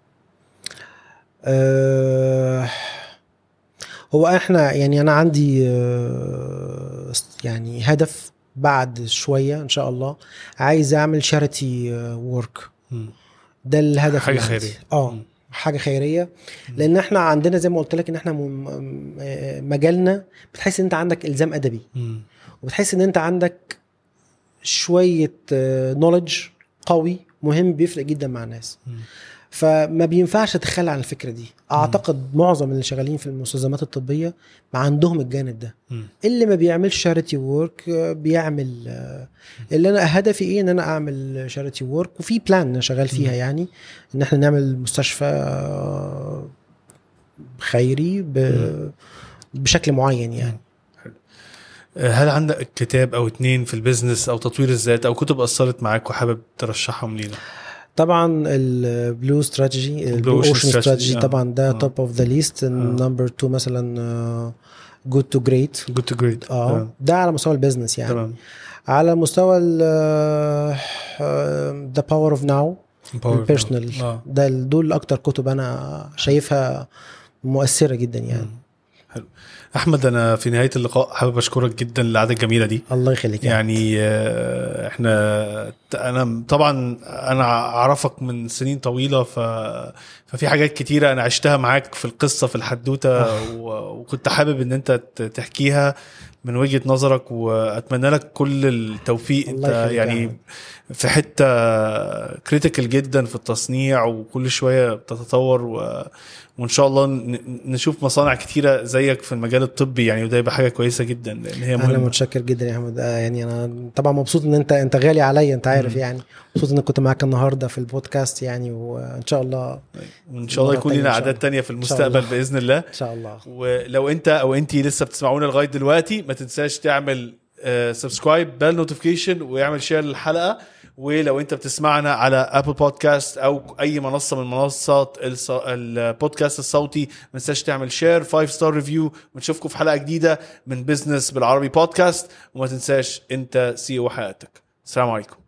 أه هو احنا يعني انا عندي أه يعني هدف بعد شويه ان شاء الله، عايز اعمل شاريتي وورك. مم. ده الهدف حاجة اللي عندي. خيرية. اه مم. حاجه خيريه. لان احنا عندنا زي ما قلت لك ان احنا م- م- مجالنا بتحس ان انت عندك الزام ادبي، مم. وبتحس ان انت عندك شويه نوليدج قوي مهم بيفرق جدا مع الناس. مم. فما بينفعش تتخلى عن الفكره دي. اعتقد معظم اللي شغالين في المستلزمات الطبيه ما عندهم الجانب ده. مم. اللي ما بيعملش شاريتي وورك بيعمل آه، اللي انا هدفي ايه ان انا اعمل شاريتي وورك، وفي بلان انا شغال فيها يعني ان احنا نعمل مستشفى آه، خيري ب- بشكل معين يعني. آه، هل عندك كتاب او اتنين في البيزنس او تطوير الذات او كتب اثرت معاك وحابب ترشحهم لينا؟ طبعا البلو استراتيجي البلو اوشن استراتيجي طبعا ده توب اوف ذا ليست. نمبر اتنين مثلا جود تو جريت جود تو جريت اه ده على مستوى البيزنس يعني. تمام. على مستوى ذا باور اوف ناو البيرسونال ده دول اكتر كتب انا شايفها مؤثره جدا يعني. حلو. احمد انا في نهايه اللقاء حابب اشكرك جدا للقعده الجميله دي. الله يخليك يعني احنا انا طبعا انا اعرفك من سنين طويله ف ففي حاجات كتيره انا عشتها معاك في القصه في الحدوته وكنت حابب ان انت تحكيها من وجهة نظرك واتمنى لك كل التوفيق. انت يعني في حتة كريتيكال جدا في التصنيع وكل شوية بتتطور و... وان شاء الله نشوف مصانع كتيرة زيك في المجال الطبي يعني وده يبقى حاجة كويسة جدا لان هي مهمة. انا متشكر جدا يا احمد. يعني انا طبعا مبسوط ان انت انت غالي عليا انت عارف. يعني مبسوط ان كنت معاك النهاردة في البودكاست يعني وان شاء الله وان شاء الله يكون لنا اعداد تانية في المستقبل باذن الله ان شاء الله. ولو انت او انتي لسه بتسمعونا لغاية دلوقتي ما تنساش تعمل سبسكرايب بال نوتيفيكيشن ويعمل شير للحلقة. ولو انت بتسمعنا على ابل بودكاست او اي منصه من منصات البودكاست الصوتي ما تنساش تعمل شير فايف ستار ريفيو. ونشوفكم في حلقه جديده من بزنس بالعربي بودكاست. وما تنساش انت سي او حياتك. السلام عليكم.